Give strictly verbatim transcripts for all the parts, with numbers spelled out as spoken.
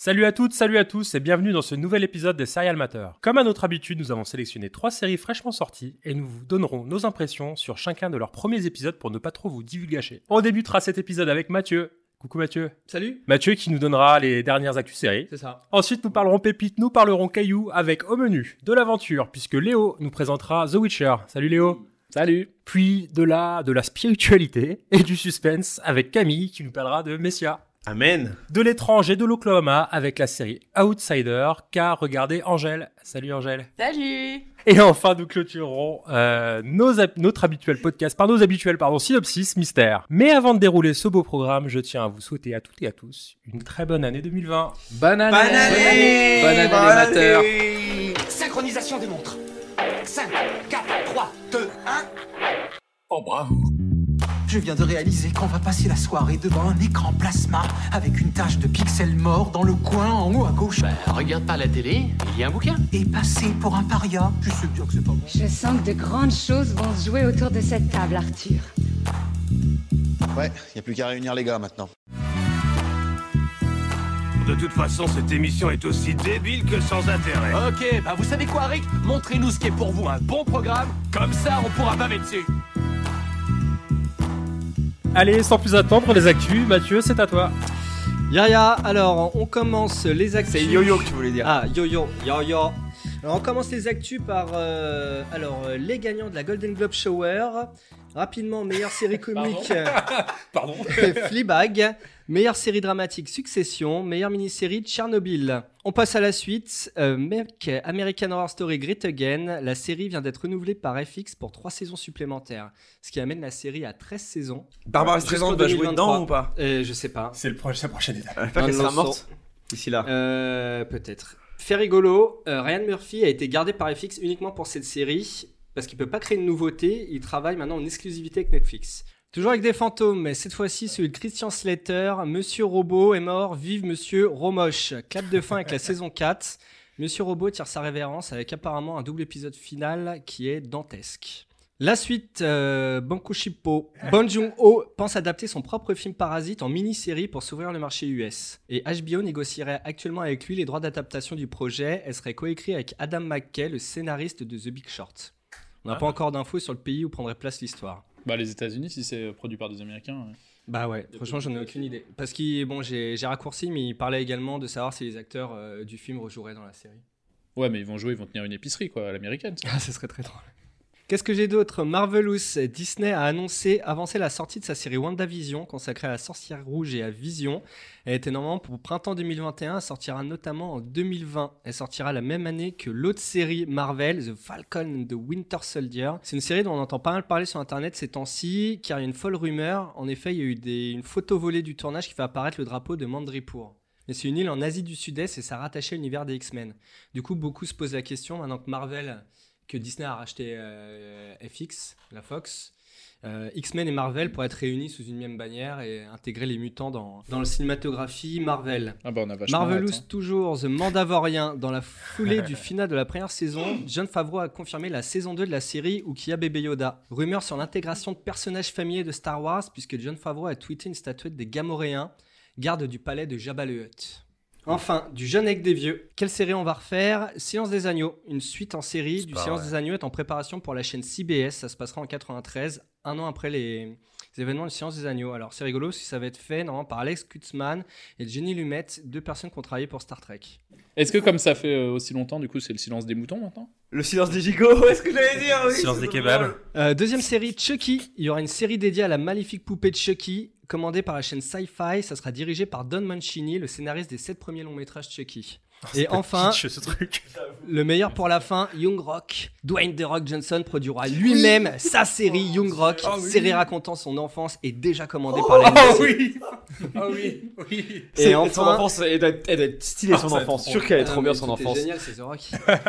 Salut à toutes, salut à tous et bienvenue dans ce nouvel épisode des Serial Matter. Comme à notre habitude, nous avons sélectionné trois séries fraîchement sorties et nous vous donnerons nos impressions sur chacun de leurs premiers épisodes pour ne pas trop vous divulgacher. On débutera cet épisode avec Mathieu. Coucou Mathieu. Salut. Mathieu qui nous donnera les dernières actus séries. C'est ça. Ensuite, nous parlerons pépites, nous parlerons cailloux avec au menu de l'aventure puisque Léo nous présentera The Witcher. Salut Léo. Salut. Puis de la, de la spiritualité et du suspense avec Camille qui nous parlera de Messia. Amen. De l'étrange et de l'Oklahoma avec la série Outsider qu'a regardé Angèle. Salut Angèle. Salut. Et enfin, nous clôturerons euh, nos, notre habituel podcast par nos habituels pardon, synopsis mystère. Mais avant de dérouler ce beau programme, je tiens à vous souhaiter à toutes et à tous une très bonne année deux mille vingt. Bonne année. Bonne année. Bonne année, Bonne les amateurs. année. Synchronisation des montres. cinq, quatre, trois, deux, un. Oh bravo. Je viens de réaliser qu'on va passer la soirée devant un écran plasma avec une tache de pixels morts dans le coin en haut à gauche. Bah, regarde pas la télé, il y a un bouquin. Et passer pour un paria. Je sais bien que c'est pas bon. Je sens que de grandes choses vont se jouer autour de cette table, Arthur. Ouais, y a plus qu'à réunir les gars maintenant. De toute façon, cette émission est aussi débile que sans intérêt. Ok, bah vous savez quoi, Rick? Montrez-nous ce qui est pour vous un bon programme, comme ça on pourra baver dessus. Allez, sans plus attendre, les actus. Mathieu, c'est à toi. Yaya, alors on commence les actus. C'est yo-yo que tu voulais dire. Ah, yo-yo, yo-yo. Alors on commence les actus par euh, alors, euh, les gagnants de la Golden Globe Shower. Rapidement, meilleure série comique. Pardon. Fleabag. Meilleure série dramatique Succession. Meilleure mini-série Tchernobyl. On passe à la suite. Euh, mec, American Horror Story Great Again. La série vient d'être renouvelée par F X pour trois saisons supplémentaires. Ce qui amène la série à treize saisons. Barbara Streisand Jusqu'en va jouer dedans ou pas? euh, Je sais pas. C'est le pro- sa prochaine étape. J'espère Un qu'elle sera lance-son. morte d'ici là. Euh, peut-être. Fait rigolo, euh, Ryan Murphy a été gardé par F X uniquement pour cette série parce qu'il peut pas créer une nouveauté. Il travaille maintenant en exclusivité avec Netflix. Toujours avec des fantômes, mais cette fois-ci celui de Christian Slater. Monsieur Robot est mort, vive Monsieur Romoche. Clap de fin avec la saison quatre. Monsieur Robot tire sa révérence avec apparemment un double épisode final qui est dantesque. La suite, euh, Banco Shippo. Bong Joon-ho pense adapter son propre film Parasite en mini-série pour s'ouvrir le marché U S. Et H B O négocierait actuellement avec lui les droits d'adaptation du projet. Elle serait coécrite avec Adam McKay, le scénariste de The Big Short. On n'a Ah. pas encore d'infos sur le pays où prendrait place l'histoire. Bah les États-Unis si c'est produit par des Américains. Ouais. Bah ouais, franchement j'en ai aucune idée. Parce que bon, j'ai, j'ai raccourci, mais il parlait également de savoir si les acteurs euh, du film rejoueraient dans la série. Ouais, mais ils vont jouer, ils vont tenir une épicerie quoi, à l'américaine. ça. Ah, ce serait très drôle. Qu'est-ce que j'ai d'autre? Marvelous, Disney a annoncé avancer la sortie de sa série WandaVision consacrée à la sorcière rouge et à Vision. Elle était normalement pour printemps deux mille vingt et un, elle sortira notamment en deux mille vingt. Elle sortira la même année que l'autre série Marvel, The Falcon and the Winter Soldier. C'est une série dont on entend pas mal parler sur internet ces temps-ci, car il y a une folle rumeur. En effet, il y a eu des, une photo volée du tournage qui fait apparaître le drapeau de Mandripour. Mais c'est une île en Asie du Sud-Est et ça rattachait à l'univers des X-Men. Du coup, beaucoup se posent la question, maintenant que Marvel... que Disney a racheté euh, F X, la Fox, euh, X-Men et Marvel pourraient être réunis sous une même bannière et intégrer les mutants dans, dans la cinématographie Marvel. Ah bah on a vachement Marvelous hâte, hein. toujours, The Mandavorien. Dans la foulée du final de la première saison, Jon Favreau a confirmé la saison deux de la série où qu'il y a bébé Yoda. Rumeur sur l'intégration de personnages familiers de Star Wars puisque Jon Favreau a tweeté une statuette des Gamoréens, garde du palais de Jabba le Hutt. Enfin, du jeune avec des vieux. Quelle série on va refaire? Silence des agneaux. Une suite en série C'est du pas Silence vrai. des agneaux est en préparation pour la chaîne C B S. Ça se passera en quatre-vingt-treize, un an après les, les événements du Silence des agneaux. Alors c'est rigolo si ça va être fait normalement par Alex Kurtzman et Jenny Lumet, deux personnes qui ont travaillé pour Star Trek. Est-ce que comme ça fait euh, aussi longtemps, du coup c'est le silence des moutons maintenant? Le silence des gigots, est-ce que j'allais dire? Oui, Silence c'est des trop kebabs. drôle. Euh, deuxième série, Chucky. Il y aura une série dédiée à la maléfique poupée de Chucky, commandée par la chaîne Sci-Fi. Ça sera dirigé par Don Mancini, le scénariste des sept premiers longs métrages Chucky. Et enfin, Kitsch, ce truc. le meilleur pour la fin, Young Rock. Dwayne The Rock Johnson produira lui-même sa série Young Rock, Ah oui. série racontant son enfance et déjà commandée par la N B C. Oh oui. Ah oui, oui. C'est- Et Son enfin, enfance, elle doit être, elle doit être stylée, Ah, son ça va être enfance. trop Sûr qu'elle est Ah, trop bien mais son tout est enfance. génial, c'est The Rock.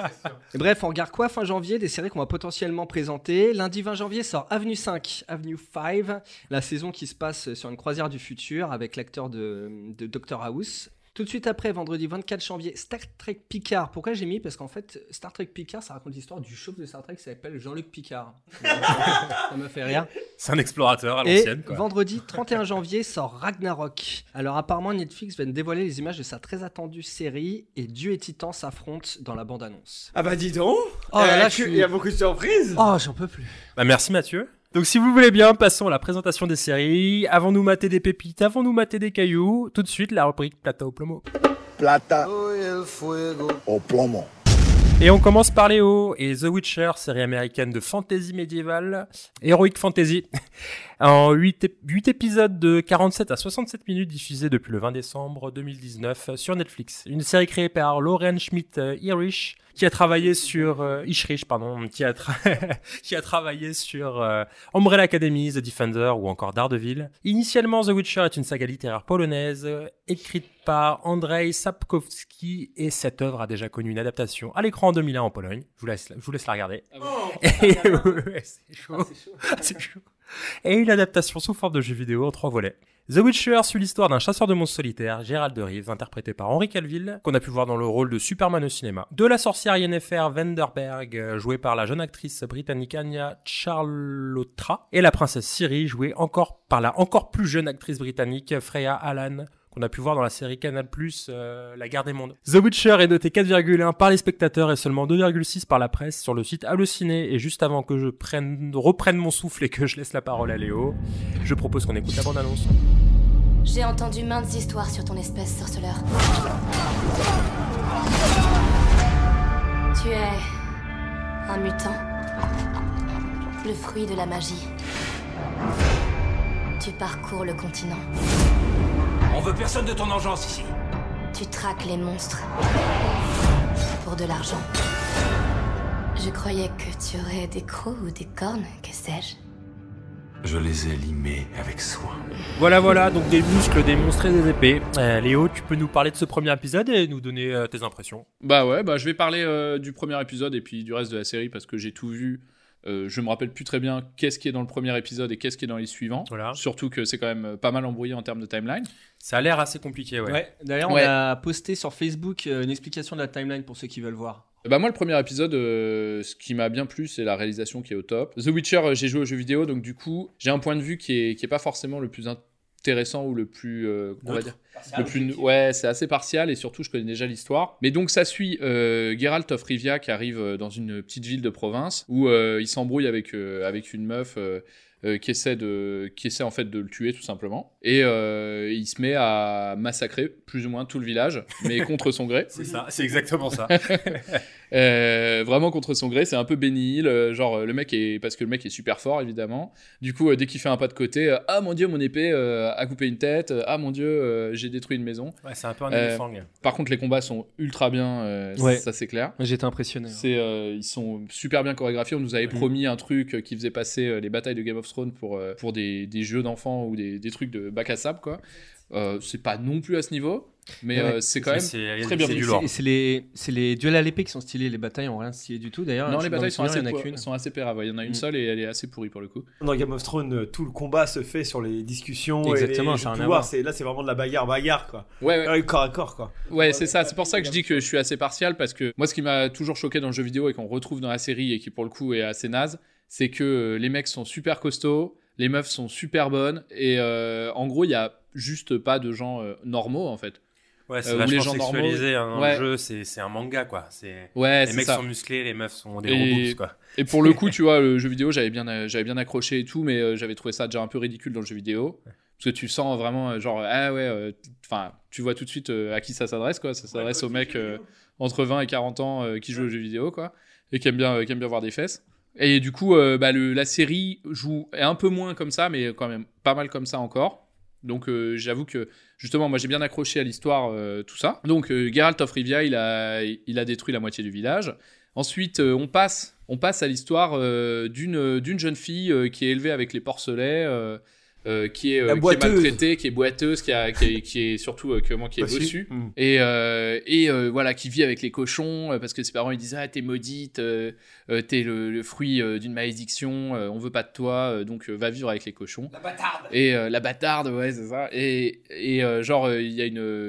Et bref, on regarde quoi fin janvier? Des séries qu'on va potentiellement présenter. Lundi vingt janvier sort Avenue cinq, Avenue cinq, la saison qui se passe sur une croisière du futur avec l'acteur de, de Doctor House. Tout de suite après, vendredi vingt-quatre janvier, Star Trek Picard. Pourquoi j'ai mis ? Parce qu'en fait, Star Trek Picard, ça raconte l'histoire du chauve de Star Trek qui s'appelle Jean-Luc Picard. Ça me fait rire. C'est un explorateur à Et l'ancienne, quoi. vendredi trente et un janvier sort Ragnarok. Alors apparemment, Netflix vient de dévoiler les images de sa très attendue série et Dieu et Titan s'affrontent dans la bande-annonce. Ah bah dis donc. Oh là là, Euh, je suis- Il y a beaucoup de surprises. Oh, j'en peux plus. Bah, merci Mathieu. Donc si vous voulez bien, passons à la présentation des séries. Avons-nous maté des pépites, avons-nous maté des cailloux. Tout de suite, la rubrique Plata au plomo. Plata au plomo. Et on commence par les hauts et The Witcher, série américaine de fantasy médiévale, heroic fantasy, en huit épisodes de quarante-sept à soixante-sept minutes diffusés depuis le vingt décembre deux mille dix-neuf sur Netflix. Une série créée par Lauren Schmidt-Irish, qui a travaillé sur euh, Irish, pardon, qui a, tra- qui a travaillé sur euh, Umbrella Academy, The Defender ou encore Daredevil. Initialement, The Witcher est une saga littéraire polonaise euh, écrite par Andrzej Sapkowski et cette œuvre a déjà connu une adaptation à l'écran en deux mille un en Pologne. Je vous laisse, je vous laisse la regarder. Ah bon Et, ouais, c'est chaud. C'est chaud. Et une adaptation sous forme de jeu vidéo en trois volets. The Witcher suit l'histoire d'un chasseur de monstres solitaire, Geralt de Rive, interprété par Henry Cavill, qu'on a pu voir dans le rôle de Superman au cinéma. De la sorcière Yennefer Vanderberg, euh, jouée par la jeune actrice britannique Anya Charlotra, et la princesse Ciri, jouée encore par la encore plus jeune actrice britannique Freya Allan, qu'on a pu voir dans la série Canal+, euh, La Guerre des Mondes. The Witcher est noté quatre virgule un par les spectateurs et seulement deux virgule six par la presse sur le site Allociné. Et juste avant que je prenne, reprenne mon souffle et que je laisse la parole à Léo, je propose qu'on écoute la bande-annonce. J'ai entendu maintes histoires sur ton espèce, sorceleur. Tu es un mutant, le fruit de la magie. Tu parcours le continent. On veut personne de ton engeance ici. Tu traques les monstres pour de l'argent. Je croyais que tu aurais des crocs ou des cornes, que sais-je. Je les ai limés avec soin. Voilà, voilà, donc des muscles, des monstres et des épées. Euh, Léo, tu peux nous parler de ce premier épisode et nous donner euh, tes impressions. Bah ouais, bah je vais parler euh, du premier épisode et puis du reste de la série parce que j'ai tout vu. Euh, je me rappelle plus très bien qu'est-ce qui est dans le premier épisode et qu'est-ce qui est dans les suivants. Voilà. Surtout que c'est quand même pas mal embrouillé en termes de timeline. Ça a l'air assez compliqué, ouais. Ouais. D'ailleurs, Ouais. on a posté sur Facebook euh, une explication de la timeline pour ceux qui veulent voir. Bah moi le premier épisode, euh, ce qui m'a bien plu, c'est la réalisation qui est au top. The Witcher, euh, j'ai joué aux jeux vidéo, donc du coup j'ai un point de vue qui est qui est pas forcément le plus intéressant ou le plus, euh, on va dire, le plus, ouais, c'est assez partial et surtout je connais déjà l'histoire. Mais donc ça suit euh, Geralt of Rivia qui arrive euh, dans une petite ville de province où euh, il s'embrouille avec euh, avec une meuf. Euh, Euh, qui essaie de qui essaie en fait de le tuer tout simplement et euh, il se met à massacrer plus ou moins tout le village mais contre son gré. C'est ça, c'est exactement ça. euh, vraiment contre son gré, c'est un peu Benny Hill, euh, genre le mec est parce que le mec est super fort évidemment. Du coup euh, dès qu'il fait un pas de côté, euh, ah mon dieu mon épée euh, a coupé une tête, euh, ah mon dieu euh, j'ai détruit une maison. Ouais, c'est un peu un Euh, éléphant. Par contre les combats sont ultra bien, euh, Ouais. ça c'est clair. Moi, j'étais impressionné. hein. C'est, euh, ils sont super bien chorégraphiés. On nous avait Mhm. promis un truc euh, qui faisait passer euh, les batailles de Game of Thrones pour, euh, pour des, des jeux d'enfants ou des, des trucs de bac à sable, quoi. Euh, c'est pas non plus à ce niveau, mais Ouais. euh, c'est quand Mais même c'est- très bien c'est fait. du Et lourd. c'est- Et c'est les, c'est les duels à l'épée qui sont stylés, les batailles ont rien de stylé du tout. D'ailleurs, Non, je- les dans batailles le sont assez, souvenir, il y en a po- qu'une. sont assez péraves. Il y en a une Mm. seule et elle est assez pourrie pour le coup. Dans Game of Thrones, tout le combat se fait sur les discussions Exactement, et les ça jeux a de rien à pouvoir. voir. C'est, là, c'est vraiment de la bagarre, bagarre, quoi. Ouais, ouais. Ouais, corps à corps, quoi. Ouais, c'est ça. C'est pour ça que je dis que je suis assez partial parce que moi, ce qui m'a toujours choqué dans le jeu vidéo et qu'on retrouve dans la série et qui pour le coup est assez naze, c'est que euh, les mecs sont super costauds, les meufs sont super bonnes et euh, en gros, il y a juste pas de gens euh, normaux en fait. Ouais, c'est Euh, ou vachement les gens normaux. sexualisé. Un Ouais. jeu, c'est, c'est un manga, quoi. C'est... Ouais, les c'est mecs ça. sont musclés, les meufs sont des Et- robots, quoi. Et pour le coup, tu vois, le jeu vidéo, j'avais bien, euh, j'avais bien accroché et tout, mais euh, j'avais trouvé ça déjà un peu ridicule dans le jeu vidéo. Parce que tu sens vraiment, euh, genre, ah ouais, enfin, tu vois tout de suite euh, à qui ça s'adresse, quoi. Ça s'adresse aux mecs euh, entre vingt et quarante ans euh, qui jouent aux jeux vidéo, quoi. Et qui aiment bien, euh, qui aiment bien voir des fesses. Et du coup, euh, bah, le, la série joue est un peu moins comme ça, mais quand même pas mal comme ça encore. Donc euh, j'avoue que justement moi j'ai bien accroché à l'histoire, euh, tout ça. Donc euh, Geralt of Rivia il a, il a détruit la moitié du village. Ensuite euh, on passe on passe à l'histoire euh, d'une, d'une jeune fille euh, qui est élevée avec les porcelets, euh, euh, qui, est, euh, La qui est boiteuse. maltraitée, qui est boiteuse, qui, a, qui, est, qui est surtout euh, comment, qui est Bossu. bossue. Mm. Et, euh, et euh, voilà, qui vit avec les cochons euh, parce que ses parents ils disent ah t'es maudite, euh, euh, t'es le, le fruit euh, d'une malédiction, euh, on veut pas de toi, euh, donc euh, va vivre avec les cochons. La bâtarde. Et euh, la bâtarde, ouais, c'est ça. Et, et euh, genre, il y a une.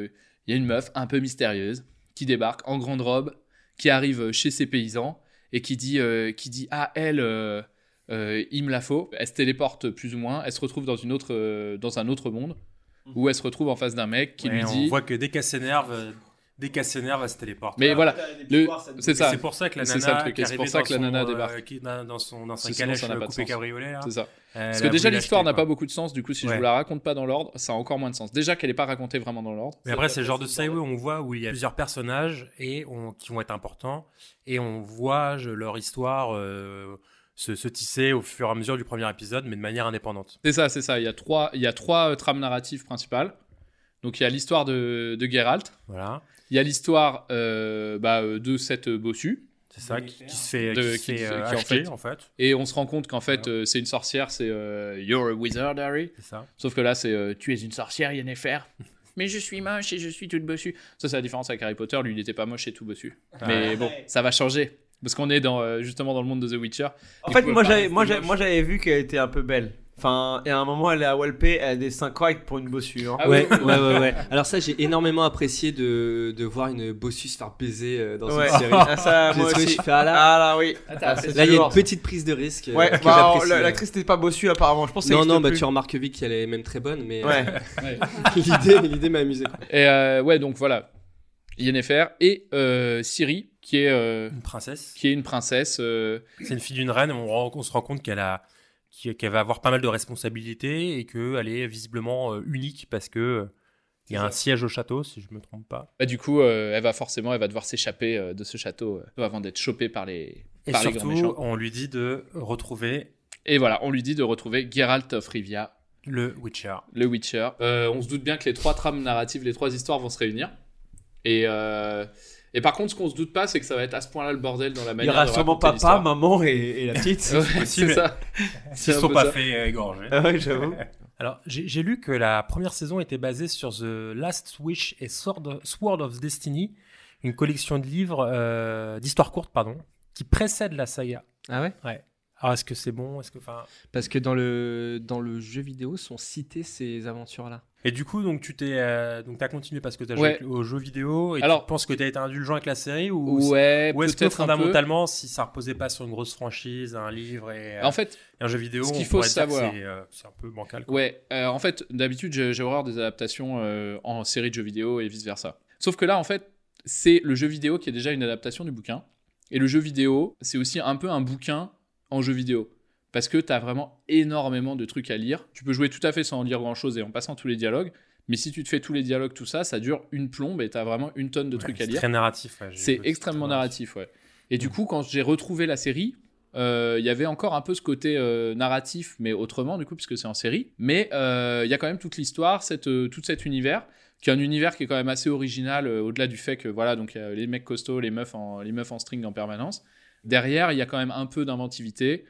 il y a une meuf un peu mystérieuse qui débarque en grande robe, qui arrive chez ses paysans et qui dit, euh, qui dit ah, elle, euh, euh, il me la faut. Elle se téléporte plus ou moins, elle se retrouve dans, une autre, euh, dans un autre monde où elle se retrouve en face d'un mec qui ouais, lui on dit. On voit que dès qu'elle s'énerve. Euh... Dès qu'elle s'énerve, elle se téléporte. Mais ah, voilà, le... c'est ça. C'est pour ça que la c'est nana, ça, le truc. qui C'est pour ça que la nana son, débarque. Euh, qui, dans son, dans son c'est calèche ça n'a pas coupé de cabriolet. Là. C'est ça. Elle Parce que déjà l'histoire n'a quoi. pas beaucoup de sens. Du coup, si ouais. je vous la raconte pas dans l'ordre, ça a encore moins de sens. Déjà qu'elle est pas racontée vraiment dans l'ordre. Mais après, c'est le genre de série où on voit où il y a plusieurs personnages et on, qui vont être importants et on voit je, leur histoire. Euh, Se, se tisser au fur et à mesure du premier épisode, mais de manière indépendante. C'est ça, c'est ça. Il y a trois, il y a trois euh, trames narratives principales. Donc il y a l'histoire de, de Geralt. Voilà. Il y a l'histoire euh, bah, de cette bossue. C'est ça, qui, qui se fait, de, qui se qui, fait euh, qui, acheter, en, fait, en fait. Et on se rend compte qu'en fait, voilà. euh, c'est une sorcière, c'est euh, You're a wizard, Harry. C'est ça. Sauf que là, c'est euh, tu es une sorcière, Yennefer. Mais je suis moche et je suis toute bossue. Ça, c'est la différence avec Harry Potter. Lui, il n'était pas moche et tout bossu. Ah, mais ouais. bon, ça va changer. Parce qu'on est dans, euh, justement dans le monde de The Witcher. En fait, moi j'avais, moi, j'avais, moi j'avais vu qu'elle était un peu belle. Enfin, et à un moment, elle est à Walpé, elle a des seins corrects pour une bossue. Hein. Ah ouais, ouais, ouais, ouais. Alors ça, j'ai énormément apprécié de, de voir une bossue se faire baiser dans ouais. une série. Ah, ça, moi aussi. Je fais, ah, là, ah là, oui. Ah, là, il y a une petite prise de risque. Ouais, euh, bah, alors, l'actrice n'était pas bossue apparemment. Je pense que non, non, bah, plus. tu remarques vite qu'elle est même très bonne, mais ouais. ouais. l'idée, l'idée m'a amusé. Et euh, ouais, donc voilà. Yennefer et euh, Ciri, qui est euh, une princesse. Qui est une princesse. Euh... C'est une fille d'une reine. On, on se rend compte qu'elle a, qu'elle va avoir pas mal de responsabilités et qu'elle est visiblement euh, unique parce que il y a un siège au château, si je me trompe pas. Bah, du coup, euh, elle va forcément, elle va devoir s'échapper euh, de ce château euh, avant d'être chopée par les. Et par surtout, les grands méchants. On lui dit de retrouver. Et voilà, on lui dit de retrouver Geralt of Rivia. Le Witcher. Le Witcher. Euh, on se doute bien que les trois trames narratives, les trois histoires vont se réunir. Et, euh, et par contre, ce qu'on se doute pas, c'est que ça va être à ce point-là le bordel dans la manière de raconter l'histoire. Il y aura sûrement papa, l'histoire. maman et, et la petite. ouais, c'est ça. S'ils ne sont pas ça. fait égorger. Ah ouais, j'avoue. Alors, j'ai, j'ai lu que la première saison était basée sur The Last Wish et Sword, Sword of Destiny, une collection de livres, euh, d'histoires courtes, pardon, qui précède la saga. Ah ouais ? Ouais. Alors, est-ce que c'est bon ? Est-ce que, Parce que dans le, dans le jeu vidéo sont citées ces aventures-là. Et du coup, donc, tu t'es, euh, donc, t'as continué parce que tu as ouais. joué au jeu vidéo et Alors, tu penses que tu as été indulgent avec la série ou, ouais, ou est-ce que fondamentalement, si ça reposait pas sur une grosse franchise, un livre et, en fait, et un jeu vidéo, ce qu'il on faut pourrait savoir, dire que c'est, euh, c'est un peu bancal. Quoi. Ouais, euh, en fait, d'habitude, j'ai, j'ai horreur des adaptations euh, en série de jeux vidéo et vice-versa. Sauf que là, en fait, c'est le jeu vidéo qui est déjà une adaptation du bouquin. Et le jeu vidéo, c'est aussi un peu un bouquin en jeu vidéo. Parce que tu as vraiment énormément de trucs à lire. Tu peux jouer tout à fait sans lire grand-chose et en passant tous les dialogues. Mais si tu te fais tous les dialogues, tout ça, ça dure une plombe et tu as vraiment une tonne de ouais, trucs à c'est lire. C'est très narratif. Ouais, c'est extrêmement narratif, narratif, ouais. Et mmh. du coup, quand j'ai retrouvé la série, il euh, y avait encore un peu ce côté euh, narratif, mais autrement, du coup, puisque c'est en série. Mais il euh, y a quand même toute l'histoire, cette, euh, tout cet univers, qui est un univers qui est quand même assez original, euh, au-delà du fait que, voilà, donc il y a les mecs costauds, les meufs en, les meufs en string en permanence. Derrière, il y a quand même un peu d'inventivité.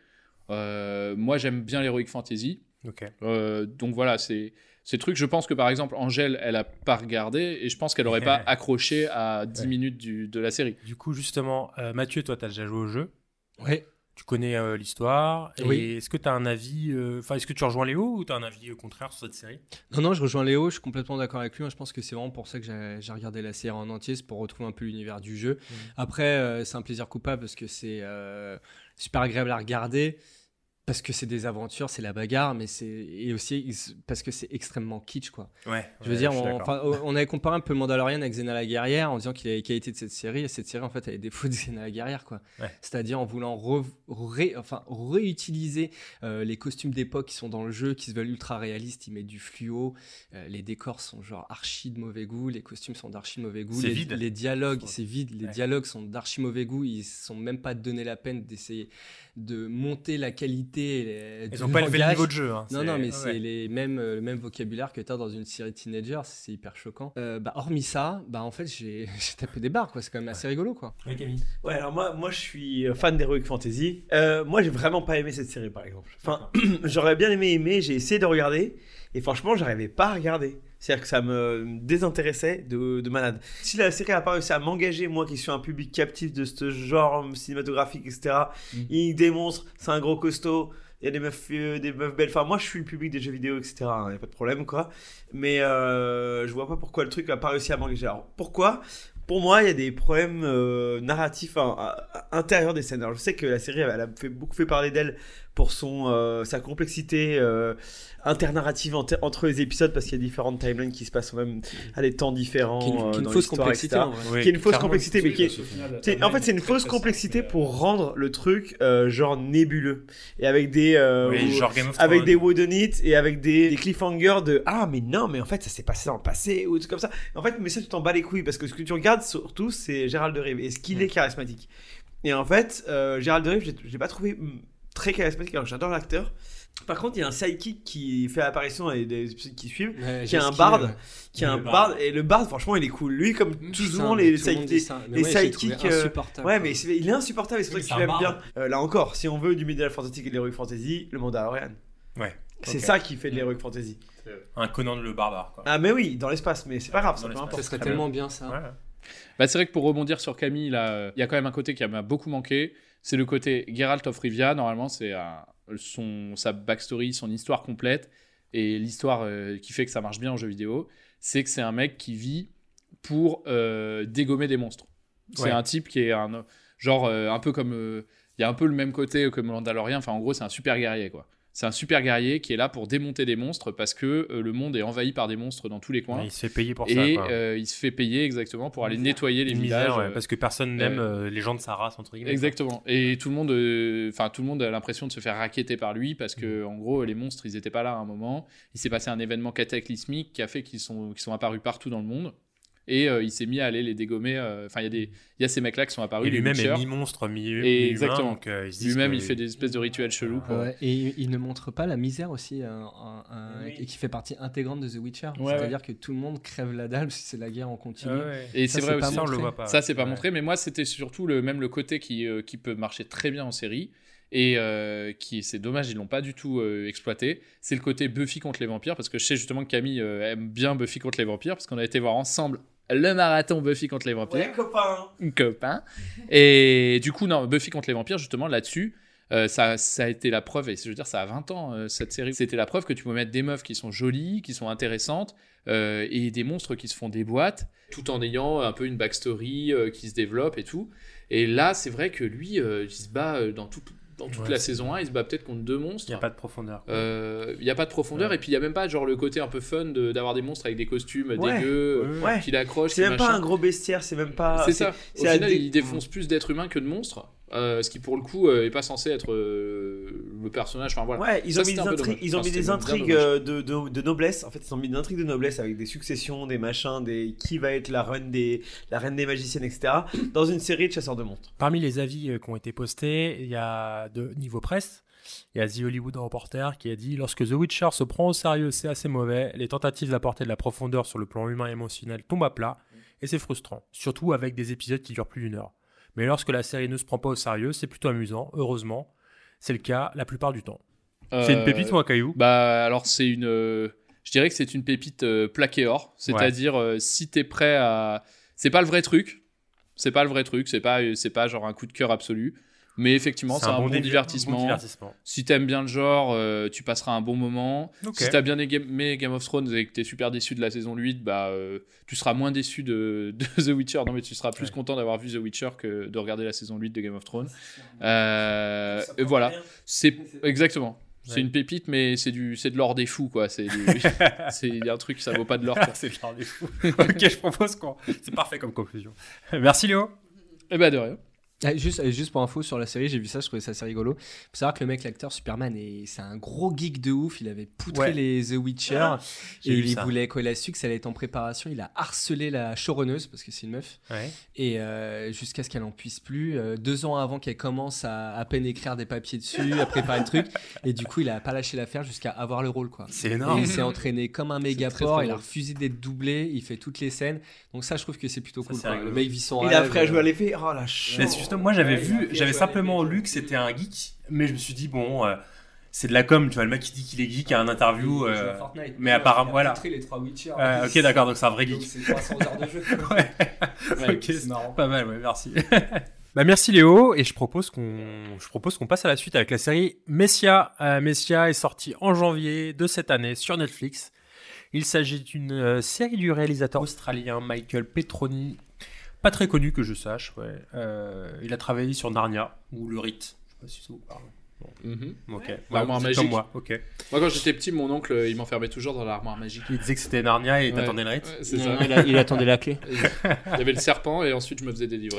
Euh, moi, j'aime bien l'heroic fantasy. Okay. Euh, donc voilà, c'est ces trucs. Je pense que par exemple, Angèle, elle a pas regardé et je pense qu'elle aurait pas accroché à dix ouais. minutes du, de la série. Du coup, justement, euh, Mathieu, toi, tu as déjà joué au jeu. Ouais. Tu connais euh, l'histoire. Et oui. Est-ce que tu as un avis. Enfin, euh, est-ce que tu rejoins Léo ou tu as un avis euh, contraire sur cette série ? Non, non, je rejoins Léo. Je suis complètement d'accord avec lui. Moi, je pense que c'est vraiment pour ça que j'ai, j'ai regardé la série en entier, c'est pour retrouver un peu l'univers du jeu. Mmh. Après, euh, c'est un plaisir coupable parce que c'est euh, super agréable à regarder. Parce que c'est des aventures, c'est la bagarre, mais c'est et aussi parce que c'est extrêmement kitsch, quoi. Ouais. Je veux ouais, dire, je on, enfin, on avait comparé un peu Mandalorian avec Xena la guerrière en disant qu'il avait les qualités de cette série, et cette série en fait avait des défauts de Xena la guerrière, quoi. Ouais. C'est-à-dire en voulant re, ré, enfin, réutiliser euh, les costumes d'époque qui sont dans le jeu, qui se veulent ultra réalistes, ils mettent du fluo, euh, les décors sont genre archi de mauvais goût, les costumes sont d'archi mauvais goût, c'est les, vide. les dialogues, c'est vide, les ouais. dialogues sont d'archi mauvais goût, ils sont même pas donné la peine d'essayer de monter la qualité. Ils n'ont pas élevé le niveau de jeu. Hein. Non, c'est... non, mais ouais. c'est les mêmes, le même vocabulaire que tu as dans une série teenager, c'est hyper choquant. Euh, bah, hormis ça, bah, en fait, j'ai, j'ai tapé des barres, quoi. C'est quand même assez rigolo, quoi. Oui, Camille. Ouais, alors moi, moi je suis fan d'Heroic Fantasy. Euh, moi, j'ai vraiment pas aimé cette série, par exemple. Enfin, j'aurais bien aimé aimer, j'ai essayé de regarder, et franchement, j'arrivais pas à regarder. C'est-à-dire que ça me désintéressait de, de malade. Si la série n'a pas réussi à m'engager, moi qui suis un public captif de ce genre cinématographique, et cetera, mm. il démontre, c'est un gros costaud, il y a des meufs, euh, des meufs belles. Enfin, moi, je suis le public des jeux vidéo, et cetera. Il n'y a pas de problème, quoi. Mais euh, je vois pas pourquoi le truc n'a pas réussi à m'engager. Alors, pourquoi ? Pour moi, il y a des problèmes euh, narratifs à, à, à intérieur des scènes. Alors, je sais que la série, elle a fait, beaucoup fait parler d'elle pour son, euh, sa complexité euh, internarrative entre, entre les épisodes, parce qu'il y a différentes timelines qui se passent même à des temps différents. Qui est une, euh, qui est une dans fausse l'histoire, complexité. et cetera. En vrai. Oui, qui est une fausse clairement, complexité, mais qui est. C'est, en fait, c'est une fausse complexité pour rendre le truc euh, genre nébuleux. Et avec des. Euh, Oui, ou- genre Game of avec Thrones. des whodunit et avec des, des cliffhangers de ah mais non mais en fait ça s'est passé dans le passé ou des trucs comme ça. En fait mais ça tu t'en bats les couilles parce que ce que tu regardes surtout c'est Gérald de Rive et ce qu'il est charismatique. Et en fait euh, Gérald de Rive j'ai, j'ai pas trouvé mm, très charismatique alors j'adore l'acteur. Par contre il y a un sidekick qui fait apparition dans les des épisodes qui suivent Ouais, qui a un Jasky, barde ouais. qui a un Le barde barde. et le barde franchement il est cool lui comme Mmh, tout putain, souvent mais les tout le monde sidekicks dit ça. Mais les ouais, j'ai trouvé sidekicks euh, insupportable, ouais quoi. mais c'est- il est insupportable et c'est pour Oui, ça que c'est tu un l'aimes bien. barde. Euh, là encore si on veut du médiéval fantastique et de l'heroic fantasy le Mandalorian. Ouais. C'est Ok. ça qui fait de l'heroic fantasy. Un Conan le barbare, quoi. Ah mais oui, dans l'espace, mais c'est pas grave, ça Dans peu l'espace. importe. Ça serait Très tellement bien ça. Ouais. Bah, c'est vrai que pour rebondir sur Camille, là, euh, il y a quand même un côté qui m'a beaucoup manqué. C'est le côté Geralt of Rivia. Normalement, c'est un- son, sa backstory, son histoire complète. Et l'histoire euh, qui fait que ça marche bien en jeu vidéo, c'est que c'est un mec qui vit pour euh, dégommer des monstres. C'est Ouais. un type qui est un genre euh, un peu comme. euh, Il y a un peu le même côté que Mandalorian. Enfin, en gros, c'est un super guerrier, quoi. C'est un super guerrier qui est là pour démonter des monstres parce que euh, le monde est envahi par des monstres dans tous les coins. Ouais, il se fait payer pour ça, Et quoi. euh, il se fait payer exactement pour aller nettoyer les Une villages. misère, ouais, euh, parce que personne n'aime euh, les gens de sa race, entre guillemets. Exactement. Et tout le monde, euh, enfin tout le monde a l'impression de se faire racketter par lui parce que en gros les monstres ils étaient pas là à un moment. Il s'est passé un événement cataclysmique qui a fait qu'ils sont qu'ils sont apparus partout dans le monde. Et euh, il s'est mis à aller les dégommer. euh, Enfin, il y a des, il y a ces mecs-là qui sont apparus. Et les lui-même Witcher. est mi-monstre, mi- mi-humain. Et exactement. Donc, euh, ils se disent Lui-même, que- il fait des espèces de rituels chelous. Pour... Ouais, et il, il ne montre pas la misère aussi, euh, un- un- Oui. et qui fait partie intégrante de The Witcher. Ouais, C'est-à-dire que tout le monde crève la dalle parce que c'est la guerre en continu. Ah ouais. Et Ça, c'est vrai pas aussi. Ça, on le montré. voit pas. Ça, c'est pas Ouais. montré, mais moi, c'était surtout le, même le côté qui, euh, qui peut marcher très bien en série et euh, qui, c'est dommage, ils l'ont pas du tout euh, exploité. C'est le côté Buffy contre les vampires, parce que je sais justement que Camille euh, aime bien Buffy contre les vampires, parce qu'on a été voir ensemble le marathon Buffy contre les vampires. Ouais, copain. Copain. Et du coup, non, Buffy contre les vampires, justement, là-dessus, euh, ça, ça a été la preuve, et je veux dire, ça a vingt ans, euh, cette série. C'était la preuve que tu peux mettre des meufs qui sont jolies, qui sont intéressantes, euh, et des monstres qui se font des boîtes, tout en ayant un peu une backstory euh, qui se développe et tout. Et là, c'est vrai que lui, euh, il se bat euh, dans, tout, dans toute Ouais, la c'est- saison un, il se bat peut-être contre deux monstres. Il n'y a pas de profondeur. quoi. Euh, Il n'y a pas de profondeur, Ouais. et puis il n'y a même pas genre le côté un peu fun de- d'avoir des monstres avec des costumes Ouais. dégueux, Ouais. Ouais. qui l'accrochent, C'est qui même pas machin. un gros bestiaire, c'est même pas. C'est ça. Au c'est à final, dé- il défonce plus d'êtres humains que de monstres, euh, ce qui pour le coup euh, est pas censé être euh, le personnage. Enfin voilà. Ouais, ils Ça, ont mis c'était des un peu intrigues, dommage. ils ont Enfin, mis des c'était bien intrigues dommage. euh, de, de, de noblesse. En fait, ils ont mis des intrigues de noblesse avec des successions, des machins, des qui va être la reine des, la reine des magiciennes, et cetera. Dans une série de chasseurs de monstres. Parmi les avis euh, qui ont été postés, il y a de niveau presse, il y a The Hollywood Reporter qui a dit « Lorsque The Witcher se prend au sérieux, c'est assez mauvais. Les tentatives d'apporter de la profondeur sur le plan humain et émotionnel tombent à plat, et c'est frustrant, surtout avec des épisodes qui durent plus d'une heure. Mais lorsque la série ne se prend pas au sérieux, c'est plutôt amusant, heureusement. C'est le cas la plupart du temps. C'est une Euh, pépite ou un caillou? Bah alors c'est une, euh, je dirais que c'est une pépite euh, plaquée or. C'est-à-dire euh, si t'es prêt à, c'est pas le vrai truc, c'est pas le vrai truc, c'est pas, c'est pas genre un coup de cœur absolu. Mais effectivement, c'est un, bon, dévi- divertissement. bon divertissement. Si t'aimes bien le genre, euh, tu passeras un bon moment. Ok. Si t'as bien aimé Game of Thrones et que t'es super déçu de la saison huit, bah, euh, tu seras moins déçu de, de The Witcher. Non, mais tu seras plus Ouais. content d'avoir vu The Witcher que de regarder la saison huit de Game of Thrones. Euh, et voilà. C'est exactement. C'est Ouais. une pépite, mais c'est du, c'est de l'or des fous, quoi. C'est, du- c'est il y a un truc, ça vaut pas de l'or. quoi. C'est le genre des fous. Ok, je propose qu'on... C'est parfait comme conclusion. Merci Léo. Et bah de rien. Ah, juste, euh, juste pour info sur la série, j'ai vu ça, je trouvais ça assez rigolo. Faut savoir que le mec, l'acteur Superman, est, c'est un gros geek de ouf. Il avait poutré Ouais. les The Witcher Ah, j'ai et vu il ça. voulait, quand il a su que ça allait être en préparation, il a harcelé la showrunneuse parce que c'est une meuf. Ouais. Et euh, jusqu'à ce qu'elle en puisse plus, euh, deux ans avant qu'elle commence à à peine écrire des papiers dessus, à préparer le truc. Et du coup, il a pas lâché l'affaire jusqu'à avoir le rôle, quoi. C'est Et énorme. il s'est entraîné comme un méga très, porc. très Il a drôle. refusé d'être doublé. Il fait toutes les scènes. Donc ça, je trouve que c'est plutôt Ça, cool. c'est quoi. rigolo. Le mec vit son Il a rêve, appris à jouer euh, à l'épée. Oh la chance. Mais c'est justement, moi j'avais Ouais, il a vu, appris à j'avais jouer à simplement l'épée. lu que c'était un geek, mais je me suis dit bon, euh, c'est de la com, tu vois, le mec qui dit qu'il est geek à un interview, il joue à euh, Fortnite. mais Ouais, apparemment, il a voilà. poutré les trois Witcher. euh, ok d'accord, donc c'est un vrai Donc geek. c'est trois cents heures de jeu. Ouais. Ouais, Ok, c'est c'est marrant. pas mal, ouais, merci. Bah merci Léo, et je propose qu'on, je propose qu'on passe à la suite avec la série Messia. Euh, Messia est sortie en janvier de cette année sur Netflix. Il s'agit d'une euh, série du réalisateur australien Michael Petroni, pas très connu que je sache. Ouais. Euh, il a travaillé sur Narnia ou Le Rite. Je sais pas si ça vous parle. Bon. Mm-hmm. Ok. L'armoire ouais, magique. Moi. Okay. Moi, quand j'étais petit, mon oncle, il m'enfermait toujours dans l'armoire magique. Il disait que c'était Narnia et ouais. t'attendais le Rite. Ouais, c'est non, ça. non, il, a, il attendait la clé. Il y avait le serpent et ensuite je me faisais délivrer.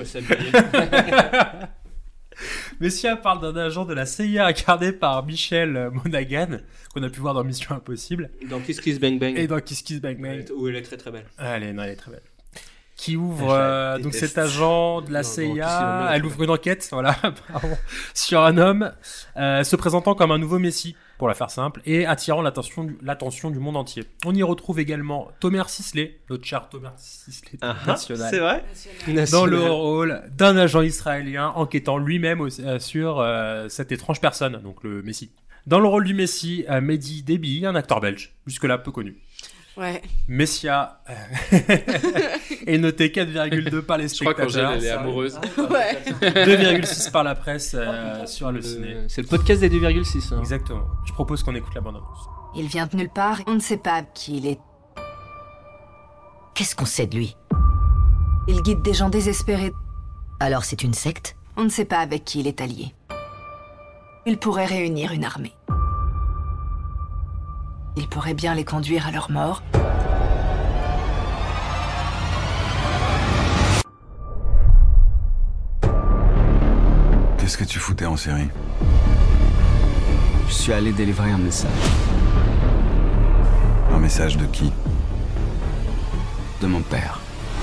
Messia parle d'un agent de la C I A incarné par Michelle Monaghan, qu'on a pu voir dans Mission Impossible. Dans Kiss Kiss Bang Bang. Et dans Kiss Kiss Bang Bang. Où elle est très très belle. Ah, elle, est, non, elle est très belle. Qui ouvre euh, donc cet agent de la non, C I A, elle ouvre une enquête, voilà, pardon, sur un homme euh, se présentant comme un nouveau messie, pour la faire simple, et attirant l'attention du, l'attention du monde entier. On y retrouve également Thomas Sisley, notre cher Thomas Sisley uh-huh, national, c'est vrai, dans le rôle d'un agent israélien enquêtant lui-même au, euh, sur euh, cette étrange personne, donc le messie. Dans le rôle du messie, euh, Mehdi Déby, un acteur belge, jusque-là peu connu. Ouais. Messia euh, est noté quatre virgule deux par les spectateurs. Je crois qu'Angèle, elle est amoureuse. Ouais. deux virgule six par la presse euh, sur le ciné. C'est le podcast des deux virgule six. Hein. Exactement. Je propose qu'on écoute la bande-annonce. Il vient de nulle part, on ne sait pas qui il est. Qu'est-ce qu'on sait de lui? Il guide des gens désespérés. Alors c'est une secte? On ne sait pas avec qui il est allié. Il pourrait réunir une armée. Il pourrait bien les conduire à leur mort. Qu'est-ce que tu foutais en série? Je suis allé délivrer un message. Un message de qui? De mon père.